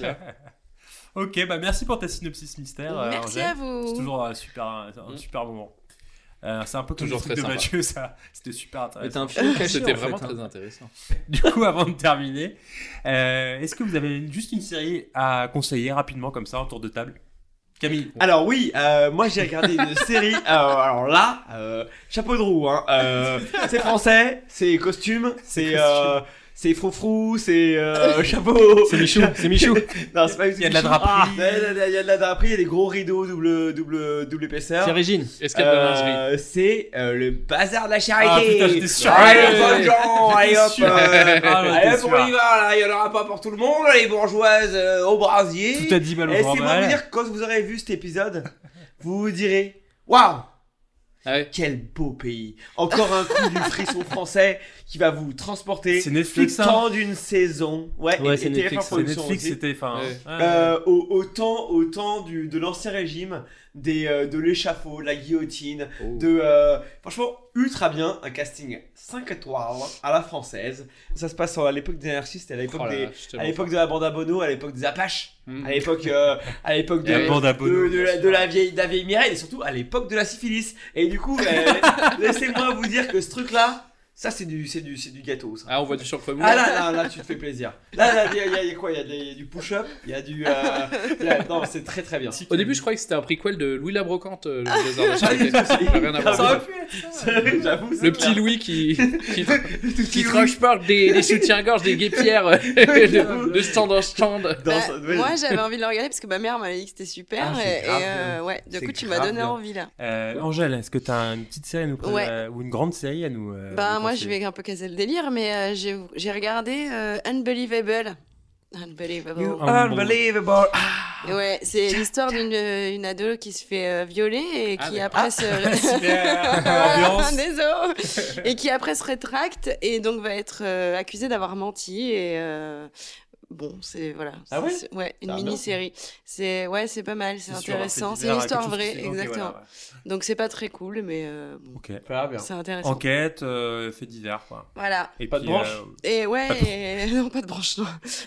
Ok, bah merci pour ta synopsis mystère. euh, Merci Angèle. à vous. C'est toujours un super, un, un Mm. super moment. Euh, c'est un peu comme Toujours le truc de très sympa. Mathieu, ça. C'était super Mais t'as intéressant. un film caché. C'était en vraiment fait, hein. très intéressant. Du coup, avant de terminer, euh, est-ce que vous avez une- juste une série à conseiller rapidement comme ça, en tour de table? Camille. Alors oui, euh, moi j'ai regardé une série. Alors, alors là, euh, chapeau de roue. Hein, euh, c'est français, c'est costume, c'est euh, c'est froufrou, c'est euh, chapeau. C'est Michou, c'est Michou. Non, c'est pas Il y a de la Michou. draperie. Ah, il y a de la- il y a de la draperie, il y a des gros rideaux double double double épaisseur. C'est Régine. Est-ce qu'il y a de la lingerie? Euh, c'est euh, le bazar de la charité. Ah, putain, j'étais sûr. Allez, Ouais. bonnes gens, allez J'étais hop, sûr. euh, Ah, j'étais allez hop, sûr. on y va là, il y en aura pas pour tout le monde, les bourgeoises euh, au brasier. Tout à dix balles au Et c'est moi bordel. vous dire que quand vous aurez vu cet épisode, vous vous direz waouh, Ah ouais. quel beau pays. Encore un coup du frisson français qui va vous transporter C'est Netflix, tout hein. le temps d'une saison. Ouais, Ouais, et- c'est et T F un Netflix, C'est Productions Netflix, aussi. c'était fin. Ouais. Euh, au, au temps, au temps du, de l'ancien régime, des, euh, de l'échafaud, de la guillotine, Oh. de euh, franchement ultra bien, un casting cinq étoiles à la française. Ça se passe à l'époque des anarchistes, à l'époque Oh là des, là, je suis à tellement l'époque de la bande à Bono, à l'époque des Apaches, Mm. à l'époque, euh, à l'époque de, La bande à Bono, de, de la, de la vieille, de la vieille Mireille, et surtout à l'époque de la syphilis. Et du coup, euh, laissez-moi vous dire que ce truc-là, ça c'est du, c'est du, c'est du gâteau. Ça. Ah, on voit du surprenant. Ah là, là, là, tu te fais plaisir. Là, là, il y, a- il y a- il y a quoi? Il y a, des- il y a du push-up, il y a du. Euh, il y a- non, c'est très très bien. Au début, je croyais que c'était un prequel de Louis la Brocante, euh, le bazar de la charité. Ça n'a rien à voir. Ça aurait pu être ça. J'avoue. Le petit Louis qui, qui, qui transporte des, des soutiens-gorge, des guépières euh, de, de stand en stand. Dans Bah, sa- ouais. moi j'avais envie de le regarder parce que ma mère m'avait dit que c'était super. Ah, et c'est grave et, euh, bien. ouais, du C'est coup tu m'as grave donné bien. envie là. Euh, Angèle, est-ce que tu as une petite série à nous Ouais. euh, ou une grande série à nous euh, Bah nous moi je conseiller vais un peu casser le délire, mais euh, j'ai j'ai regardé euh, Unbelievable. Unbelievable. You Unbelievable. Et ouais, c'est l'histoire d'une une ado qui se fait euh, violer et Ah, qui d'accord. après se Super. Ambiance. Désolé. Et qui après se rétracte et donc va être euh, accusée d'avoir menti et euh, bon, c'est voilà. Ah ouais C'est- ouais, une Ça a mini-série. C'est ouais, c'est pas mal, c'est C'est sur un intéressant. fait C'est une divers, histoire quelque chose vraie, qui- ok, exactement. voilà, Donc c'est pas très cool, mais euh, bon, ouais. Ok. Pas bien. c'est intéressant. Enquête, euh, fait divers quoi. Voilà. Et Pas de puis, branche euh, Et ouais, Pas de- et- non, pas de branche, non.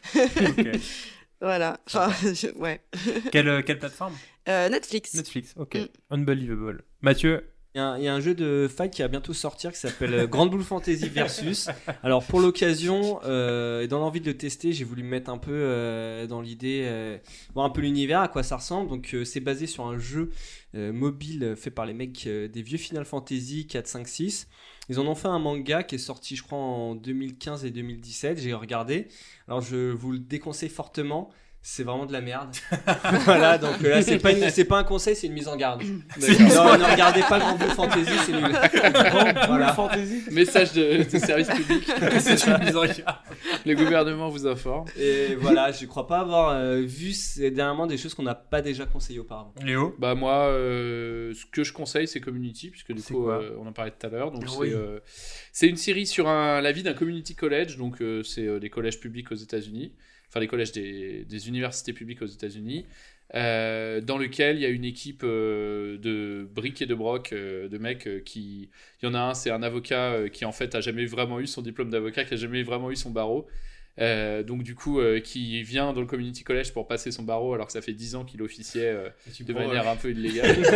ok. Voilà. Enfin, je- ouais. Quelle, euh, quelle plateforme? Euh, Netflix. Netflix, ok. Mm. Unbelievable. Mathieu? Il y, a un, il y a un jeu de fight qui va bientôt sortir qui s'appelle euh, Grand Blue Fantasy Versus. Alors pour l'occasion euh, et dans l'envie de le tester, j'ai voulu me mettre un peu euh, dans l'idée, euh, voir un peu l'univers, à quoi ça ressemble. Donc euh, c'est basé sur un jeu euh, mobile fait par les mecs euh, des vieux Final Fantasy quatre, cinq, six. Ils en ont fait un manga qui est sorti je crois en deux mille quinze et deux mille dix-sept, j'ai regardé. Alors je vous le déconseille fortement. C'est vraiment de la merde. Voilà, donc euh, là, c'est pas, une- c'est pas un conseil, c'est une mise en garde. Non, ne regardez pas Grand Blue Fantasy, c'est nul. Voilà. Fantasy. Message de, de service public. C'est une mise en garde. Le gouvernement vous informe. Et voilà, je crois pas avoir euh, vu ces- dernièrement des choses qu'on n'a pas déjà conseillées auparavant. Léo? Bah moi, euh, ce que je conseille, c'est Community, puisque du C'est coup, quoi euh, on en parlait tout à l'heure. Donc Oui. c'est, euh, c'est une série sur un, la vie d'un community college. Donc euh, c'est euh, des collèges publics aux États-Unis, enfin les collèges des, des universités publiques aux États-Unis. Euh, dans lequel il y a une équipe euh, de briques et de broc, euh, de mecs euh, qui... Il y en a un, c'est un avocat euh, qui en fait a jamais vraiment eu son diplôme d'avocat, qui a jamais vraiment eu son barreau. Euh, donc du coup, euh, qui vient dans le community college pour passer son barreau alors que ça fait dix ans qu'il officiait euh, de prends, manière ouais. un peu illégale. Tu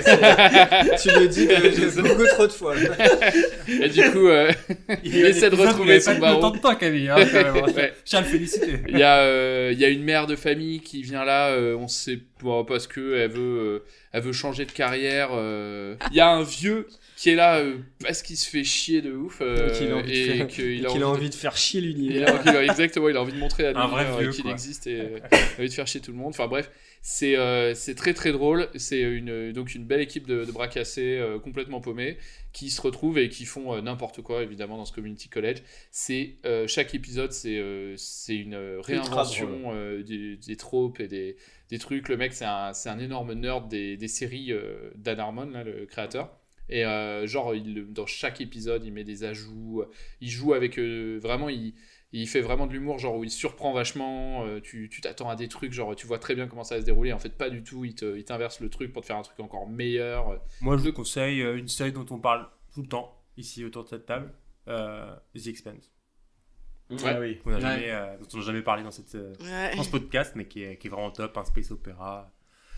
le dis euh, beaucoup trop de fois. Et du coup, euh, il, il essaie de retrouver son barreau. Autant de temps, Camille. Hein, ouais. Je tiens à le féliciter. Il y a, euh, il y a une mère de famille qui vient là, euh, on sait pas parce que elle veut, euh, elle veut changer de carrière. Euh. Il y a un vieux qui est là euh, parce qu'il se fait chier de ouf euh, et qu'il a envie, et de, faire, qu'il et a, qu'il envie a de... envie de faire chier l'univers. Il a, il a, exactement, il a envie de montrer à l'univers qu'il quoi. existe et euh, il a envie de faire chier tout le monde. Enfin bref, c'est euh, c'est très très drôle. C'est une donc une belle équipe de, de bras cassés euh, complètement paumés qui se retrouvent et qui font euh, n'importe quoi évidemment dans ce community college. C'est euh, chaque épisode c'est euh, c'est une réinvention euh, des, des tropes et des des trucs. Le mec c'est un c'est un énorme nerd des des séries euh, Dan Harmon là, le créateur. Et euh, genre il, dans chaque épisode il met des ajouts, il joue avec euh, vraiment il, il fait vraiment de l'humour genre où il surprend vachement, euh, tu, tu t'attends à des trucs genre tu vois très bien comment ça va se dérouler, en fait pas du tout, il, te, il t'inverse le truc pour te faire un truc encore meilleur. Moi je vous conseille une série dont on parle tout le temps ici autour de cette table, euh, The Expanse. Ouais, ah oui. On a ouais. jamais, euh, dont on n'a jamais parlé dans, cette, ouais. dans ce podcast mais qui est, qui est vraiment top, un space opéra.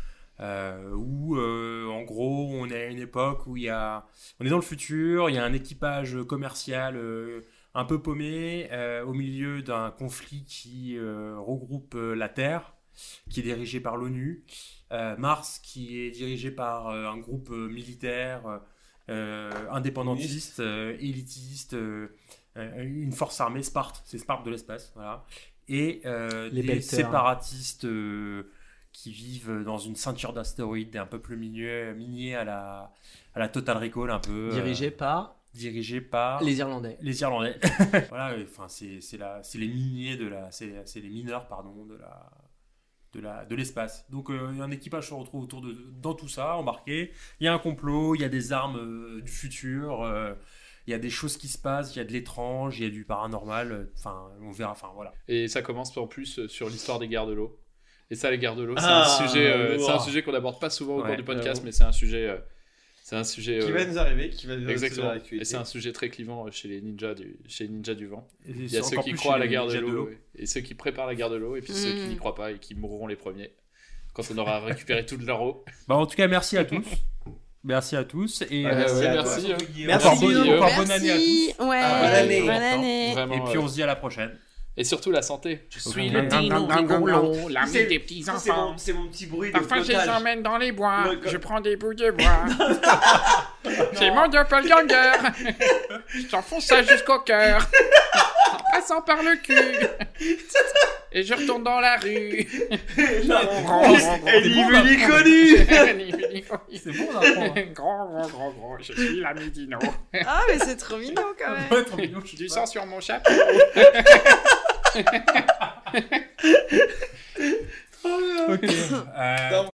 Euh, où euh, en gros on est à une époque où il y a on est dans le futur, il y a un équipage commercial euh, un peu paumé euh, au milieu d'un conflit qui euh, regroupe euh, la Terre qui est dirigé par l'ONU, euh, Mars qui est dirigé par euh, un groupe euh, militaire euh, indépendantiste, euh, élitiste, euh, une force armée, Sparte, c'est Sparte de l'espace, voilà, et euh, des belters. Séparatistes euh, qui vivent dans une ceinture d'astéroïdes, un peuple minier, minier à la, à la Total Recall un peu. Dirigé euh, par Dirigé par... Les Irlandais. Les Irlandais. Voilà, enfin, c'est, c'est, la, c'est les miniers de la... C'est, c'est les mineurs, pardon, de la... De, la, de l'espace. Donc euh, un équipage se retrouve autour de, dans tout ça, embarqué. Il y a un complot, il y a des armes euh, du futur, euh, il y a des choses qui se passent, il y a de l'étrange, il y a du paranormal, enfin on verra, enfin voilà. Et ça commence en plus sur l'histoire des guerres de l'eau. Et ça, les guerres de l'eau, c'est ah, un sujet, euh, wow. c'est un sujet qu'on n'aborde pas souvent au ouais, cours du podcast, euh, mais c'est un sujet, euh, c'est un sujet qui euh, va nous arriver, qui va nous exactement. Et c'est un sujet très clivant chez les ninjas du, chez les ninjas du vent. Et il y a ceux qui croient à la guerre de l'eau, de l'eau et ceux qui préparent la guerre de l'eau, et puis mmh. ceux qui n'y croient pas et qui mourront les premiers quand on aura récupéré toute leur eau. Bah en tout cas, merci à tous. Merci à tous et euh, merci, ouais, à merci, toi, hein. merci, encore, bonne, encore merci. bonne année à tous. Ouais, ah, bonne année. Bonne année. Vraiment, et puis euh... on se dit à la prochaine. Et surtout la santé. Je suis le dino rigolo, l'ami des petits enfants. C'est mon, c'est mon petit bruit de Parfois blocage. je les emmène dans les bois, Le... je prends des bouts de bois. C'est mon doppelganger. J'enfonce ça jusqu'au cœur, en passant par le cul. Et je retourne dans la rue. Elle est connue. C'est bon d'apprendre. Grand, grand, grand, grand, je suis l'ami Dino. Ah mais c'est trop mignon quand même. Ouais, trop mignon, Du sang sur mon chapeau. Ok. Euh...